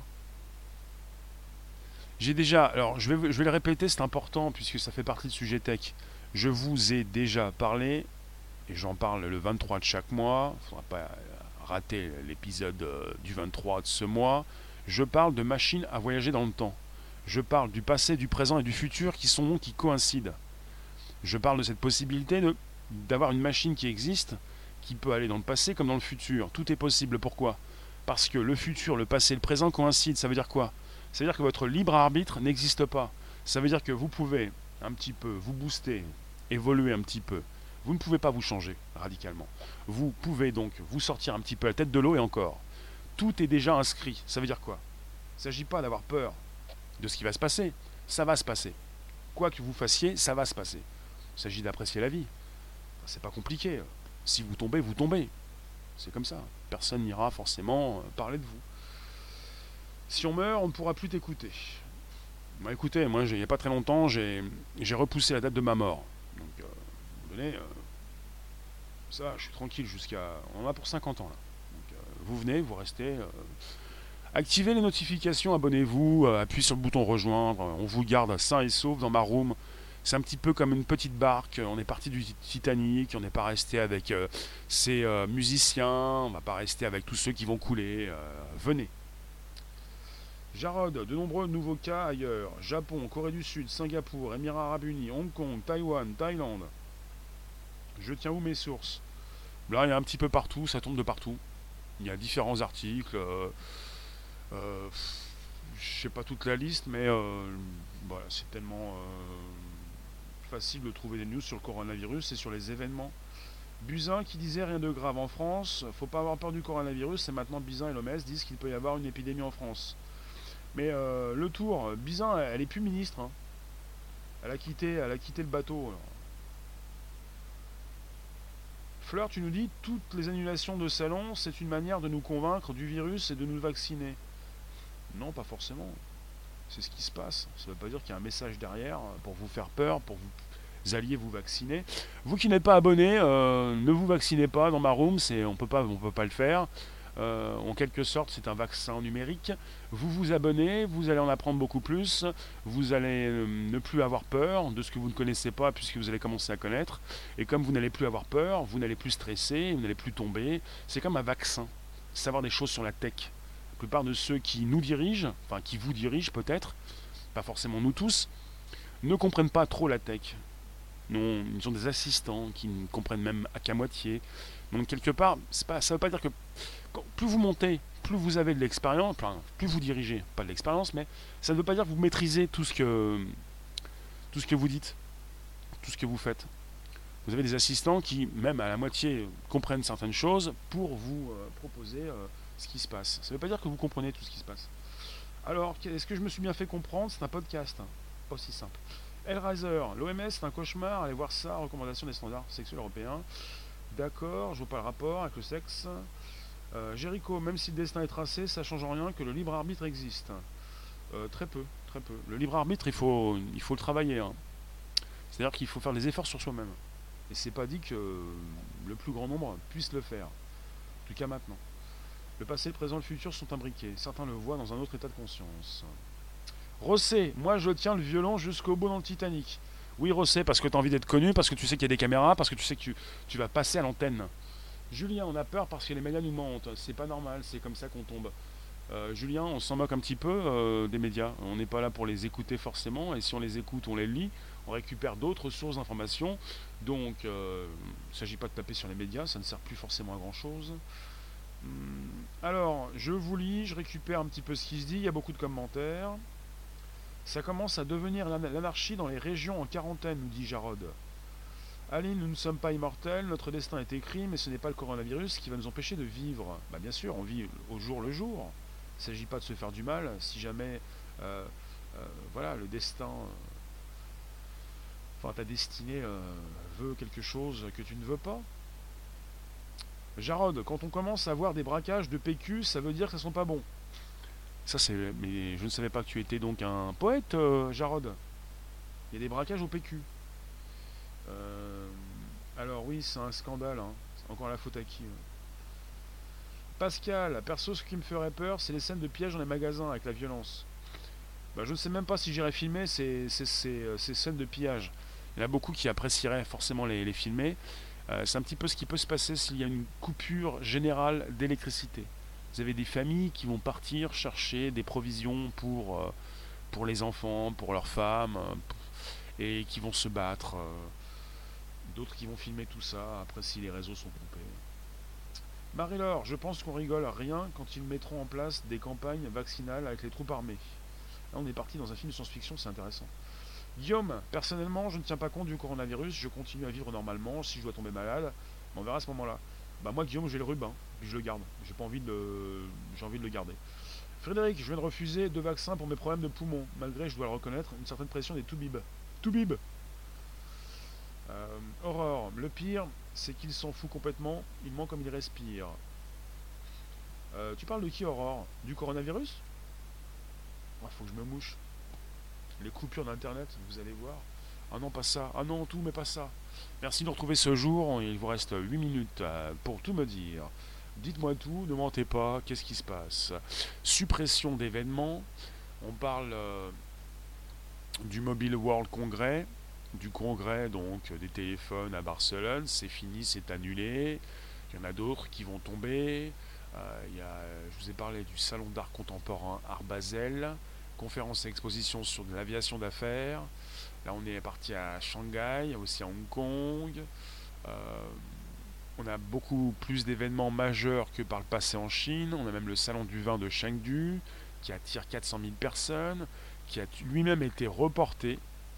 J'ai déjà, alors je vais, je vais le répéter, c'est important puisque ça fait partie de sujet tech. Je vous ai déjà parlé, et j'en parle le vingt-trois de chaque mois, il ne faudra pas rater l'épisode euh, du vingt-trois de ce mois. Je parle de machines à voyager dans le temps. Je parle du passé, du présent et du futur qui sont qui coïncident. Je parle de cette possibilité de, d'avoir une machine qui existe, qui peut aller dans le passé comme dans le futur. Tout est possible. Pourquoi? Parce que le futur, le passé et le présent coïncident. Ça veut dire quoi? Ça veut dire que votre libre arbitre n'existe pas. Ça veut dire que vous pouvez un petit peu vous booster, évoluer un petit peu. Vous ne pouvez pas vous changer radicalement. Vous pouvez donc vous sortir un petit peu la tête de l'eau et encore. Tout est déjà inscrit. Ça veut dire quoi? Il ne s'agit pas d'avoir peur de ce qui va se passer. Ça va se passer. Quoi que vous fassiez, ça va se passer. Il s'agit d'apprécier la vie. C'est pas compliqué. Si vous tombez, vous tombez. C'est comme ça. Personne n'ira forcément parler de vous. Si on meurt, on ne pourra plus t'écouter. Bon, écoutez, moi, il n'y a pas très longtemps, j'ai, j'ai repoussé la date de ma mort. Donc, euh, vous donnez, euh, ça, je suis tranquille jusqu'à... On en a pour cinquante ans, là. Donc, euh, vous venez, vous restez... Euh, activez les notifications, abonnez-vous, euh, appuyez sur le bouton rejoindre. On vous garde sain et sauf dans ma room. C'est un petit peu comme une petite barque. On est parti du Titanic, on n'est pas resté avec euh, ces euh, musiciens, on ne va pas rester avec tous ceux qui vont couler. Euh, venez. Jarod, de nombreux nouveaux cas ailleurs. Japon, Corée du Sud, Singapour, Émirats Arabes Unis, Hong Kong, Taïwan, Thaïlande. Je tiens où mes sources? Là, il y a un petit peu partout, ça tombe de partout. Il y a différents articles. Euh, euh, je sais pas toute la liste, mais euh, voilà, c'est tellement euh, facile de trouver des news sur le coronavirus et sur les événements. Buzyn qui disait rien de grave en France, faut pas avoir peur du coronavirus, et maintenant Buzyn et l'O M S disent qu'il peut y avoir une épidémie en France. Mais euh, le tour, Buzyn, elle est plus ministre. Hein. Elle a quitté, elle a quitté le bateau. Fleur, tu nous dis, toutes les annulations de salons, c'est une manière de nous convaincre du virus et de nous vacciner. Non, pas forcément. C'est ce qui se passe. Ça ne veut pas dire qu'il y a un message derrière pour vous faire peur, pour vous alliez vous vacciner. Vous qui n'êtes pas abonné, euh, ne vous vaccinez pas dans ma room, c'est, on peut pas, on peut pas le faire. Euh, en quelque sorte, c'est un vaccin numérique. Vous vous abonnez, vous allez en apprendre beaucoup plus. Vous allez euh, ne plus avoir peur de ce que vous ne connaissez pas, puisque vous allez commencer à connaître. Et comme vous n'allez plus avoir peur, vous n'allez plus stresser, vous n'allez plus tomber. C'est comme un vaccin. Savoir des choses sur la tech. La plupart de ceux qui nous dirigent, enfin qui vous dirigent peut-être, pas forcément nous tous, ne comprennent pas trop la tech. Non, ils ont des assistants qui ne comprennent même qu'à moitié. Donc quelque part, c'est pas, ça ne veut pas dire que quand- plus vous montez, plus vous avez de l'expérience, enfin, plus vous dirigez, pas de l'expérience, mais ça ne veut pas dire que vous maîtrisez tout ce que, tout ce que vous dites, tout ce que vous faites. Vous avez des assistants qui, même à la moitié, comprennent certaines choses pour vous euh, proposer euh, ce qui se passe. Ça ne veut pas dire que vous comprenez tout ce qui se passe. Alors, est-ce que je me suis bien fait comprendre? C'est un podcast, hein, pas aussi simple. Hellraiser, l'O M S, c'est un cauchemar, allez voir ça, recommandation des standards sexuels européens. D'accord, je vois pas le rapport avec le sexe. Euh, Jericho, même si le destin est tracé, ça change en rien que le libre arbitre existe. Euh, très peu, très peu. Le libre arbitre, il faut, il faut le travailler. Hein. C'est-à-dire qu'il faut faire des efforts sur soi-même. Et c'est pas dit que le plus grand nombre puisse le faire. En tout cas maintenant. Le passé, le présent et le futur sont imbriqués. Certains le voient dans un autre état de conscience. Rossé, moi je tiens le violon jusqu'au bout dans le Titanic. Oui, Rossé, parce que tu as envie d'être connu, parce que tu sais qu'il y a des caméras, parce que tu sais que tu, tu vas passer à l'antenne. Julien, on a peur parce que les médias nous mentent. C'est pas normal, c'est comme ça qu'on tombe. Euh, Julien, on s'en moque un petit peu euh, des médias. On n'est pas là pour les écouter forcément, et si on les écoute, on les lit, on récupère d'autres sources d'informations. Donc, euh, il ne s'agit pas de taper sur les médias, ça ne sert plus forcément à grand chose. Hum, alors, je vous lis, je récupère un petit peu ce qui se dit, il y a beaucoup de commentaires. Ça commence à devenir l'anarchie dans les régions en quarantaine, nous dit Jarod. Aline, nous ne sommes pas immortels, notre destin est écrit, mais ce n'est pas le coronavirus qui va nous empêcher de vivre. Bah bien sûr, on vit au jour le jour. Il ne s'agit pas de se faire du mal, si jamais euh, euh, voilà, le destin, euh, enfin ta destinée euh, veut quelque chose que tu ne veux pas. Jarod, quand on commence à voir des braquages de P Q, ça veut dire que ça ne sont pas bons. Ça c'est. Mais je ne savais pas que tu étais donc un poète, euh, Jarod. Il y a des braquages au P Q. Euh, alors oui, c'est un scandale. Hein. C'est encore la faute à qui? euh Pascal, perso, ce qui me ferait peur, c'est les scènes de pièges dans les magasins avec la violence. Bah, je ne sais même pas si j'irais filmer ces, ces, ces, ces scènes de pillage. Il y en a beaucoup qui apprécieraient forcément les, les filmer. Euh, c'est un petit peu ce qui peut se passer s'il y a une coupure générale d'électricité. Vous avez des familles qui vont partir chercher des provisions pour, euh, pour les enfants, pour leurs femmes, euh, et qui vont se battre. Euh, D'autres qui vont filmer tout ça, après si les réseaux sont coupés. Marie-Laure, je pense qu'on rigole rien quand ils mettront en place des campagnes vaccinales avec les troupes armées. Là, on est parti dans un film de science-fiction, c'est intéressant. Guillaume, personnellement, je ne tiens pas compte du coronavirus, je continue à vivre normalement, si je dois tomber malade, on verra à ce moment-là. Bah moi, Guillaume, j'ai le rhume, hein, puis je le garde. J'ai pas envie de le... J'ai envie de le garder. Frédéric, je viens de refuser deux vaccins pour mes problèmes de poumons, malgré, je dois le reconnaître, une certaine pression des toubibs. Toubib euh, Aurore, le pire, c'est qu'il s'en fout complètement, il ment comme il respire. Euh, tu parles de qui, Aurore? Du coronavirus? Il faut que je me mouche. Les coupures d'internet, vous allez voir. Ah non, pas ça. Ah non, tout, mais pas ça. Merci de nous retrouver ce jour. Il vous reste huit minutes euh, pour tout me dire. Dites-moi tout, ne mentez pas, qu'est-ce qui se passe? Suppression d'événements. On parle euh, du Mobile World Congress, du congrès donc des téléphones à Barcelone. C'est fini, c'est annulé. Il y en a d'autres qui vont tomber. Euh, il y a, je vous ai parlé du salon d'art contemporain Art Basel, conférence et exposition sur de l'aviation d'affaires. Là, on est parti à Shanghai, aussi à Hong Kong. Euh, on a beaucoup plus d'événements majeurs que par le passé en Chine. On a même le salon du vin de Chengdu, qui attire quatre cent mille personnes, qui a lui-même été reporté.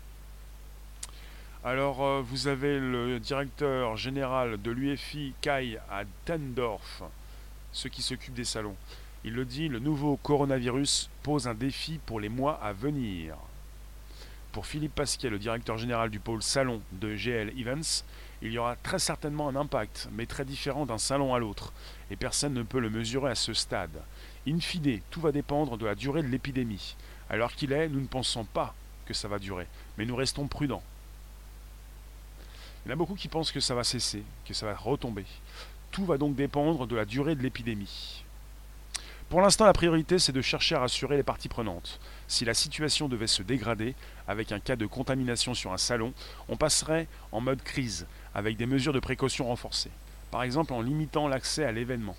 Alors, euh, vous avez le directeur général de l'U F I, Kai, à Tendorf, ceux qui s'occupent des salons. Il le dit, le nouveau coronavirus pose un défi pour les mois à venir. pour Philippe Pasquier, le directeur général du pôle salon de G L Events, il y aura très certainement un impact, mais très différent d'un salon à l'autre, et personne ne peut le mesurer à ce stade. In fine, tout va dépendre de la durée de l'épidémie. Alors qu'il est, nous ne pensons pas que ça va durer, mais nous restons prudents. Il y en a beaucoup qui pensent que ça va cesser, que ça va retomber. Tout va donc dépendre de la durée de l'épidémie. Pour l'instant, la priorité, c'est de chercher à rassurer les parties prenantes. Si la situation devait se dégrader, avec un cas de contamination sur un salon, on passerait en mode crise, avec des mesures de précaution renforcées. Par exemple, en limitant l'accès à l'événement.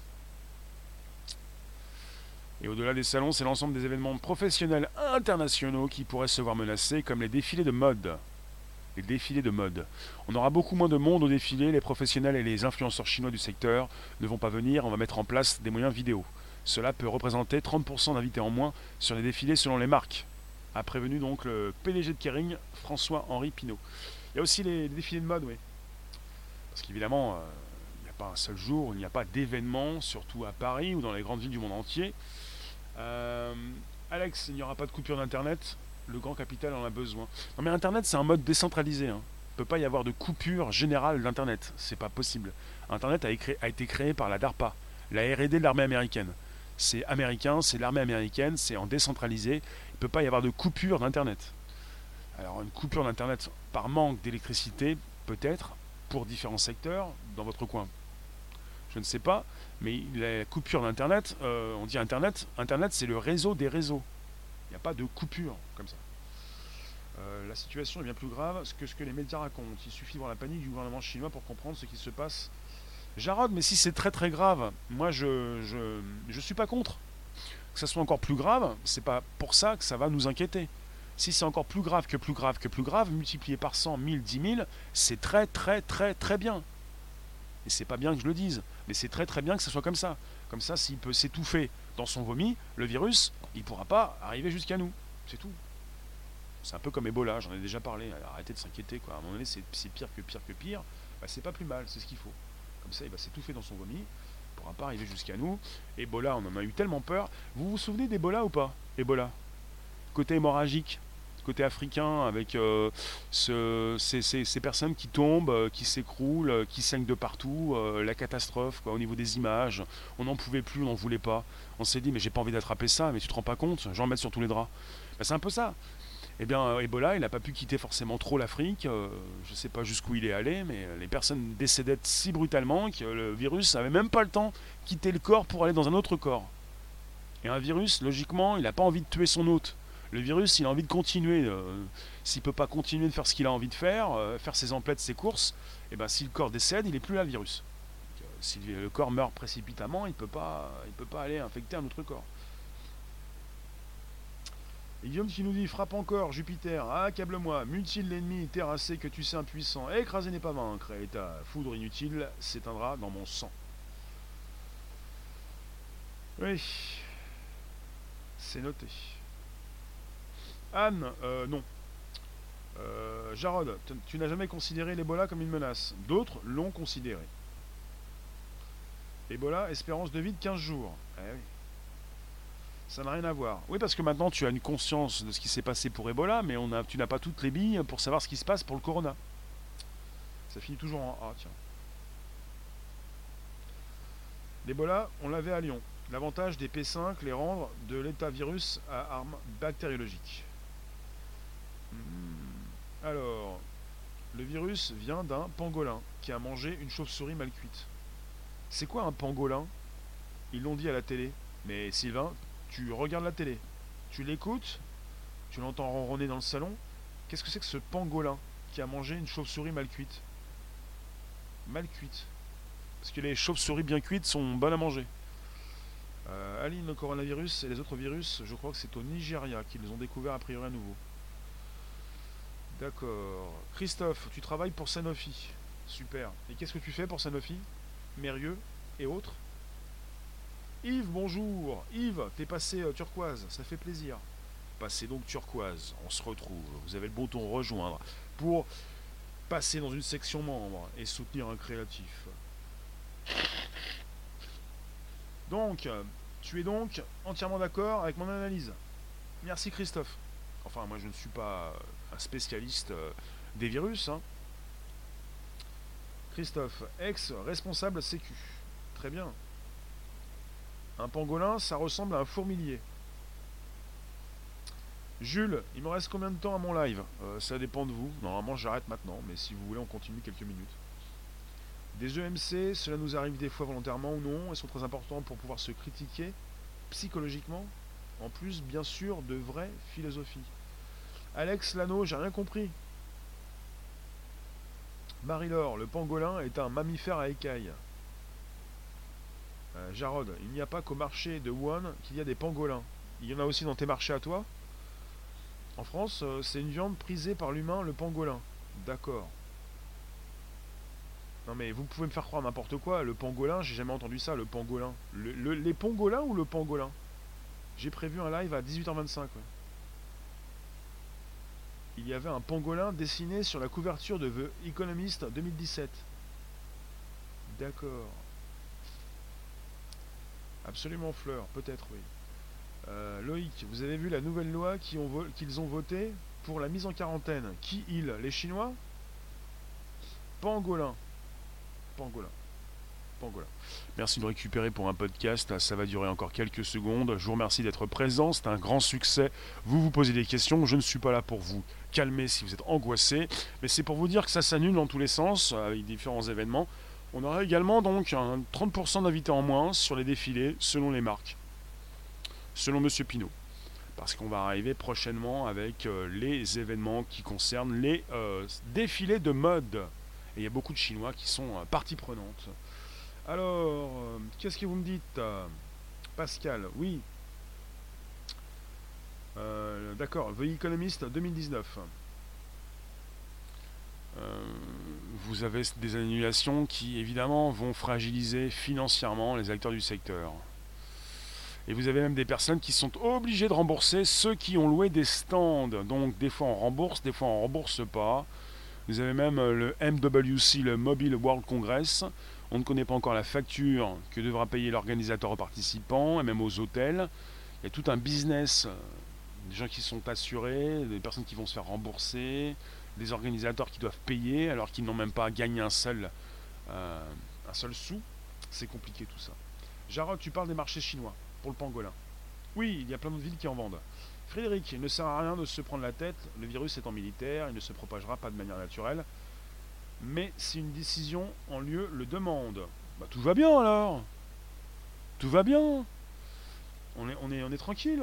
Et au-delà des salons, c'est l'ensemble des événements professionnels internationaux qui pourraient se voir menacés, comme les défilés de mode. Les défilés de mode. On aura beaucoup moins de monde au défilé, les professionnels et les influenceurs chinois du secteur ne vont pas venir, on va mettre en place des moyens vidéo. Cela peut représenter trente pour cent d'invités en moins sur les défilés selon les marques, a prévenu donc le P D G de Kering, François-Henri Pinault. Il y a aussi les, les défilés de mode, oui. Parce qu'évidemment, euh, il n'y a pas un seul jour, il n'y a pas d'événement, surtout à Paris ou dans les grandes villes du monde entier. Euh, Alex, il n'y aura pas de coupure d'Internet, le grand capital en a besoin. Non mais Internet, c'est un mode décentralisé. Hein. Il ne peut pas y avoir de coupure générale d'Internet, c'est pas possible. Internet a, écrit, a été créé par la DARPA, la R et D de l'armée américaine. C'est américain, c'est l'armée américaine, c'est en décentralisé. Il ne peut pas y avoir de coupure d'Internet. Alors une coupure d'Internet par manque d'électricité, peut-être, pour différents secteurs, dans votre coin. Je ne sais pas, mais la coupure d'Internet, euh, on dit Internet, Internet c'est le réseau des réseaux. Il n'y a pas de coupure comme ça. Euh, la situation est bien plus grave que ce que les médias racontent. Il suffit de voir la panique du gouvernement chinois pour comprendre ce qui se passe. Jarod, mais si c'est très très grave, moi je je, je suis pas contre. Que ça soit encore plus grave, c'est pas pour ça que ça va nous inquiéter. Si c'est encore plus grave que plus grave que plus grave, multiplié par cent, mille, dix mille, c'est très très très très bien. Et c'est pas bien que je le dise, mais c'est très très bien que ça soit comme ça. Comme ça, s'il peut s'étouffer dans son vomi, le virus, il pourra pas arriver jusqu'à nous. C'est tout. C'est un peu comme Ebola, j'en ai déjà parlé. Alors, arrêtez de s'inquiéter, quoi. À un moment donné, c'est, c'est pire que pire que pire. Bah, c'est pas plus mal, c'est ce qu'il faut. Comme ça, il va s'étouffer dans son vomi. Il ne pourra pas arriver jusqu'à nous. Ebola, on en a eu tellement peur. Vous vous souvenez d'Ebola ou pas? Ebola. Côté hémorragique, côté africain, avec euh, ce, ces, ces, ces personnes qui tombent, euh, qui s'écroulent, euh, qui saignent de partout, euh, la catastrophe, quoi, au niveau des images. On n'en pouvait plus, on n'en voulait pas. On s'est dit, mais j'ai pas envie d'attraper ça, mais tu te rends pas compte, j'en mets sur tous les draps. Bah, c'est un peu ça. Eh bien, euh, Ebola, il n'a pas pu quitter forcément trop l'Afrique. Euh, je ne sais pas jusqu'où il est allé, mais les personnes décédaient si brutalement que le virus n'avait même pas le temps de quitter le corps pour aller dans un autre corps. Et un virus, logiquement, il n'a pas envie de tuer son hôte. Le virus, il a envie de continuer. Euh, s'il ne peut pas continuer de faire ce qu'il a envie de faire, euh, faire ses emplettes, ses courses, et ben, si le corps décède, il n'est plus là, le virus. Donc, euh, si le corps meurt précipitamment, il ne peut pas, il peut pas aller infecter un autre corps. Et Guillaume qui nous dit frappe encore, Jupiter, accable-moi, mutile l'ennemi, terrassé que tu sais impuissant, écraser n'est pas vaincre, et ta foudre inutile s'éteindra dans mon sang. Oui, c'est noté. Anne, euh, non. Euh, Jarod, tu n'as jamais considéré l'Ebola comme une menace. D'autres l'ont considéré. Ebola, espérance de vie de quinze jours. Eh oui. Ça n'a rien à voir. Oui, parce que maintenant tu as une conscience de ce qui s'est passé pour Ebola, mais on a, tu n'as pas toutes les billes pour savoir ce qui se passe pour le corona. Ça finit toujours en A, tiens. L'Ebola, on l'avait à Lyon. L'avantage des P cinq, les rendre de l'état virus à arme bactériologique. Hmm. Alors, le virus vient d'un pangolin qui a mangé une chauve-souris mal cuite. C'est quoi un pangolin? Ils l'ont dit à la télé. Mais Sylvain, tu regardes la télé, tu l'écoutes, tu l'entends ronronner dans le salon. Qu'est-ce que c'est que ce pangolin qui a mangé une chauve-souris mal cuite? Mal cuite. Parce que les chauves-souris bien cuites sont bonnes à manger. Euh, Aline, le coronavirus et les autres virus, je crois que c'est au Nigeria qu'ils ont découvert a priori à nouveau. D'accord. Christophe, tu travailles pour Sanofi. Super. Et qu'est-ce que tu fais pour Sanofi? Mérieux et autres? Yves, bonjour. Yves, t'es passé euh, turquoise, ça fait plaisir. Passez donc turquoise, on se retrouve. Vous avez le bouton rejoindre pour passer dans une section membre et soutenir un créatif. Donc, tu es donc entièrement d'accord avec mon analyse. Merci Christophe. Enfin, moi je ne suis pas un spécialiste euh, des virus. Hein. Christophe, ex-responsable Sécu. Très bien. Un pangolin, ça ressemble à un fourmilier. Jules, il me reste combien de temps à mon live? euh, Ça dépend de vous. Normalement, j'arrête maintenant, mais si vous voulez, on continue quelques minutes. Des E M C, cela nous arrive des fois volontairement ou non, et sont très importants pour pouvoir se critiquer psychologiquement, en plus, bien sûr, de vraie philosophie. Alex Lano, j'ai rien compris. Marie-Laure, le pangolin est un mammifère à écailles. Euh, Jarod, il n'y a pas qu'au marché de Wuhan qu'il y a des pangolins. Il y en a aussi dans tes marchés à toi? En France, euh, c'est une viande prisée par l'humain, le pangolin. D'accord. Non mais vous pouvez me faire croire n'importe quoi, le pangolin, j'ai jamais entendu ça, le pangolin. Le, le- les pangolins ou le pangolin? J'ai prévu un live à dix-huit heures vingt-cinq. Ouais. Il y avait un pangolin dessiné sur la couverture de The Economist deux mille dix-sept. D'accord. Absolument Fleur, peut-être oui. Euh, Loïc, vous avez vu la nouvelle loi qu'ils ont, vo qu'ils ont votée pour la mise en quarantaine? Qui ils? Les Chinois? Pangolin. Pangolin. Pangolin. Merci de me récupérer pour un podcast. Ça va durer encore quelques secondes. Je vous remercie d'être présent. C'est un grand succès. Vous vous posez des questions. Je ne suis pas là pour vous calmer si vous êtes angoissé. Mais c'est pour vous dire que ça s'annule dans tous les sens avec différents événements. On aura également donc un trente pour cent d'invités en moins sur les défilés selon les marques. Selon Monsieur Pinault. Parce qu'on va arriver prochainement avec euh, les événements qui concernent les euh, défilés de mode. Et il y a beaucoup de Chinois qui sont euh, partie prenante. Alors, euh, qu'est-ce que vous me dites, euh, Pascal? Oui. Euh, D'accord, The Economist deux mille dix-neuf. Euh, vous avez des annulations qui, évidemment, vont fragiliser financièrement les acteurs du secteur. Et vous avez même des personnes qui sont obligées de rembourser ceux qui ont loué des stands. Donc, des fois, on rembourse, des fois, on ne rembourse pas. Vous avez même le M W C, le Mobile World Congress. On ne connaît pas encore la facture que devra payer l'organisateur aux participants et même aux hôtels. Il y a tout un business, des gens qui sont assurés, des personnes qui vont se faire rembourser, des organisateurs qui doivent payer alors qu'ils n'ont même pas gagné un seul, euh, un seul sou. C'est compliqué tout ça. Jarod, tu parles des marchés chinois pour le pangolin. Oui, il y a plein d'autres villes qui en vendent. Frédéric, il ne sert à rien de se prendre la tête. Le virus étant militaire, il ne se propagera pas de manière naturelle. Mais si une décision en lieu le demande, bah tout va bien alors. Tout va bien. On est, on est, on est tranquille.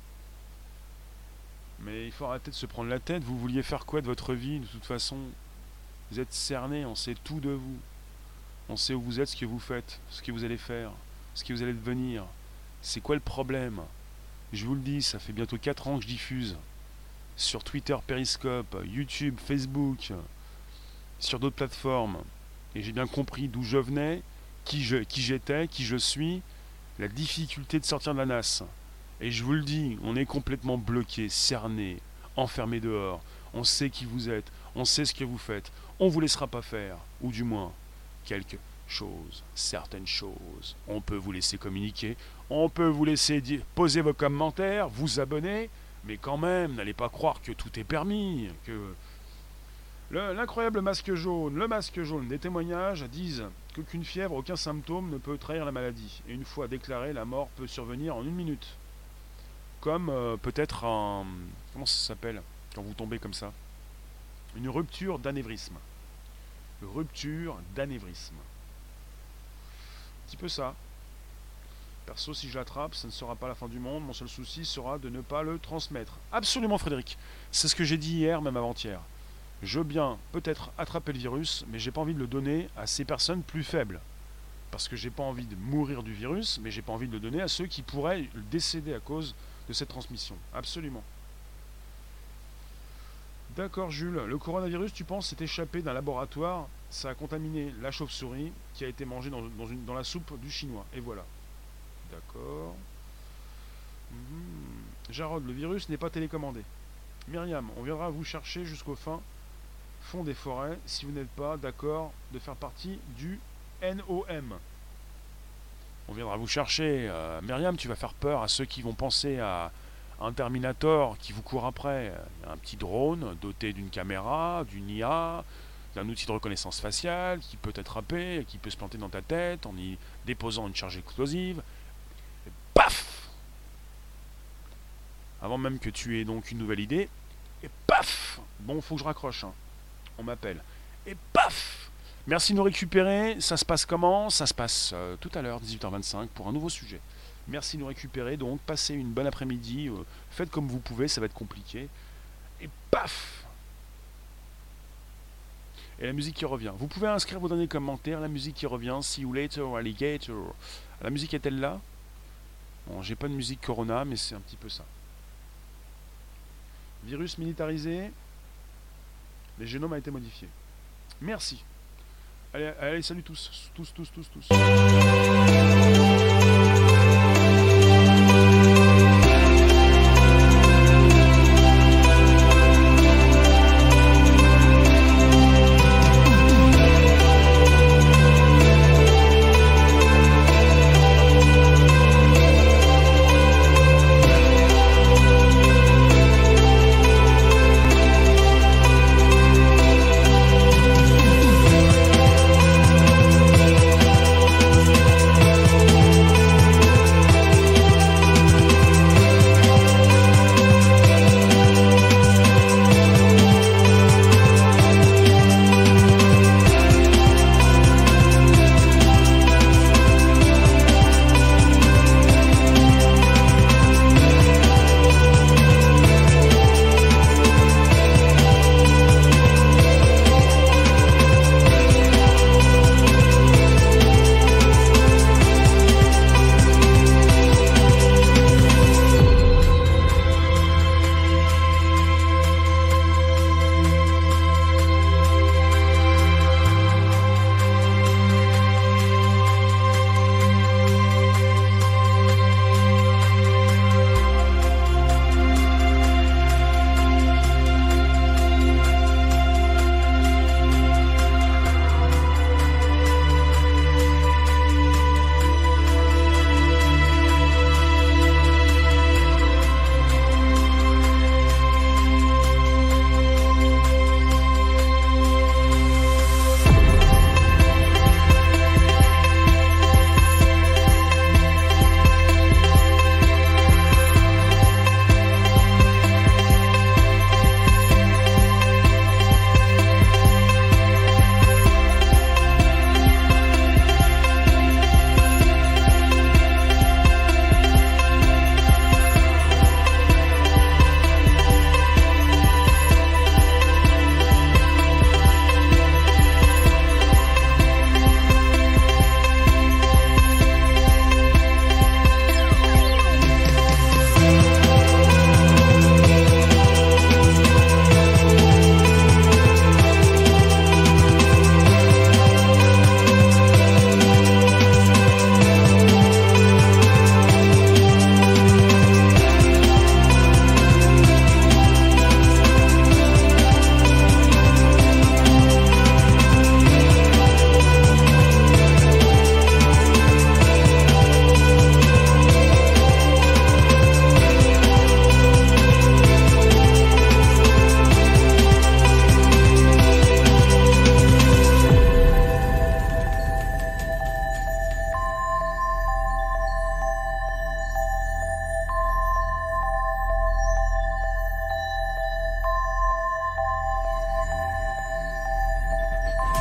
Mais il faut arrêter de se prendre la tête. Vous vouliez faire quoi de votre vie? De toute façon, vous êtes cerné, on sait tout de vous. On sait où vous êtes, ce que vous faites, ce que vous allez faire, ce que vous allez devenir. C'est quoi le problème? Je vous le dis, ça fait bientôt quatre ans que je diffuse sur Twitter, Periscope, YouTube, Facebook, sur d'autres plateformes. Et j'ai bien compris d'où je venais, qui, je, qui j'étais, qui je suis, la difficulté de sortir de la nasse. Et je vous le dis, on est complètement bloqué, cerné, enfermé dehors. On sait qui vous êtes, on sait ce que vous faites. On ne vous laissera pas faire, ou du moins, quelque chose, certaines choses. On peut vous laisser communiquer, on peut vous laisser dire, poser vos commentaires, vous abonner, mais quand même, n'allez pas croire que tout est permis, que... Le, l'incroyable masque jaune, le masque jaune, des témoignages disent qu'aucune fièvre, aucun symptôme ne peut trahir la maladie. Et une fois déclarée, la mort peut survenir en une minute. Comme euh, peut-être un... Comment ça s'appelle quand vous tombez comme ça? Une rupture d'anévrisme. Rupture d'anévrisme. Un petit peu ça. Perso, si je l'attrape, ça ne sera pas la fin du monde. Mon seul souci sera de ne pas le transmettre. Absolument, Frédéric. C'est ce que j'ai dit hier, même avant-hier. Je veux bien peut-être attraper le virus, mais j'ai pas envie de le donner à ces personnes plus faibles. Parce que j'ai pas envie de mourir du virus, mais j'ai pas envie de le donner à ceux qui pourraient décéder à cause de cette transmission. Absolument. D'accord, Jules. Le coronavirus, tu penses, s'est échappé d'un laboratoire. Ça a contaminé la chauve-souris qui a été mangée dans, dans, une, dans la soupe du chinois. Et voilà. D'accord. Mmh. Jarod, le virus n'est pas télécommandé. Myriam, on viendra vous chercher jusqu'au fin fond des forêts si vous n'êtes pas d'accord de faire partie du N O M. On viendra vous chercher. Euh, Myriam, tu vas faire peur à ceux qui vont penser à, un Terminator qui vous court après, un petit drone doté d'une caméra, d'une I A, d'un outil de reconnaissance faciale qui peut t'attraper, qui peut se planter dans ta tête en y déposant une charge explosive. Et paf! Avant même que tu aies donc une nouvelle idée, et paf! Bon, faut que je raccroche, hein. On m'appelle. Et paf! Merci de nous récupérer. Ça se passe comment? Ça se passe euh, tout à l'heure, dix-huit heures vingt-cinq, pour un nouveau sujet. Merci de nous récupérer. Donc, passez une bonne après-midi. Euh, faites comme vous pouvez, ça va être compliqué. Et paf! Et la musique qui revient. Vous pouvez inscrire vos derniers commentaires. La musique qui revient. See you later, alligator. La musique est-elle là? Bon, j'ai pas de musique Corona, mais c'est un petit peu ça. Virus militarisé. Le génome a été modifié. Merci. Allez, allez, salut tous. Tous, tous, tous, tous.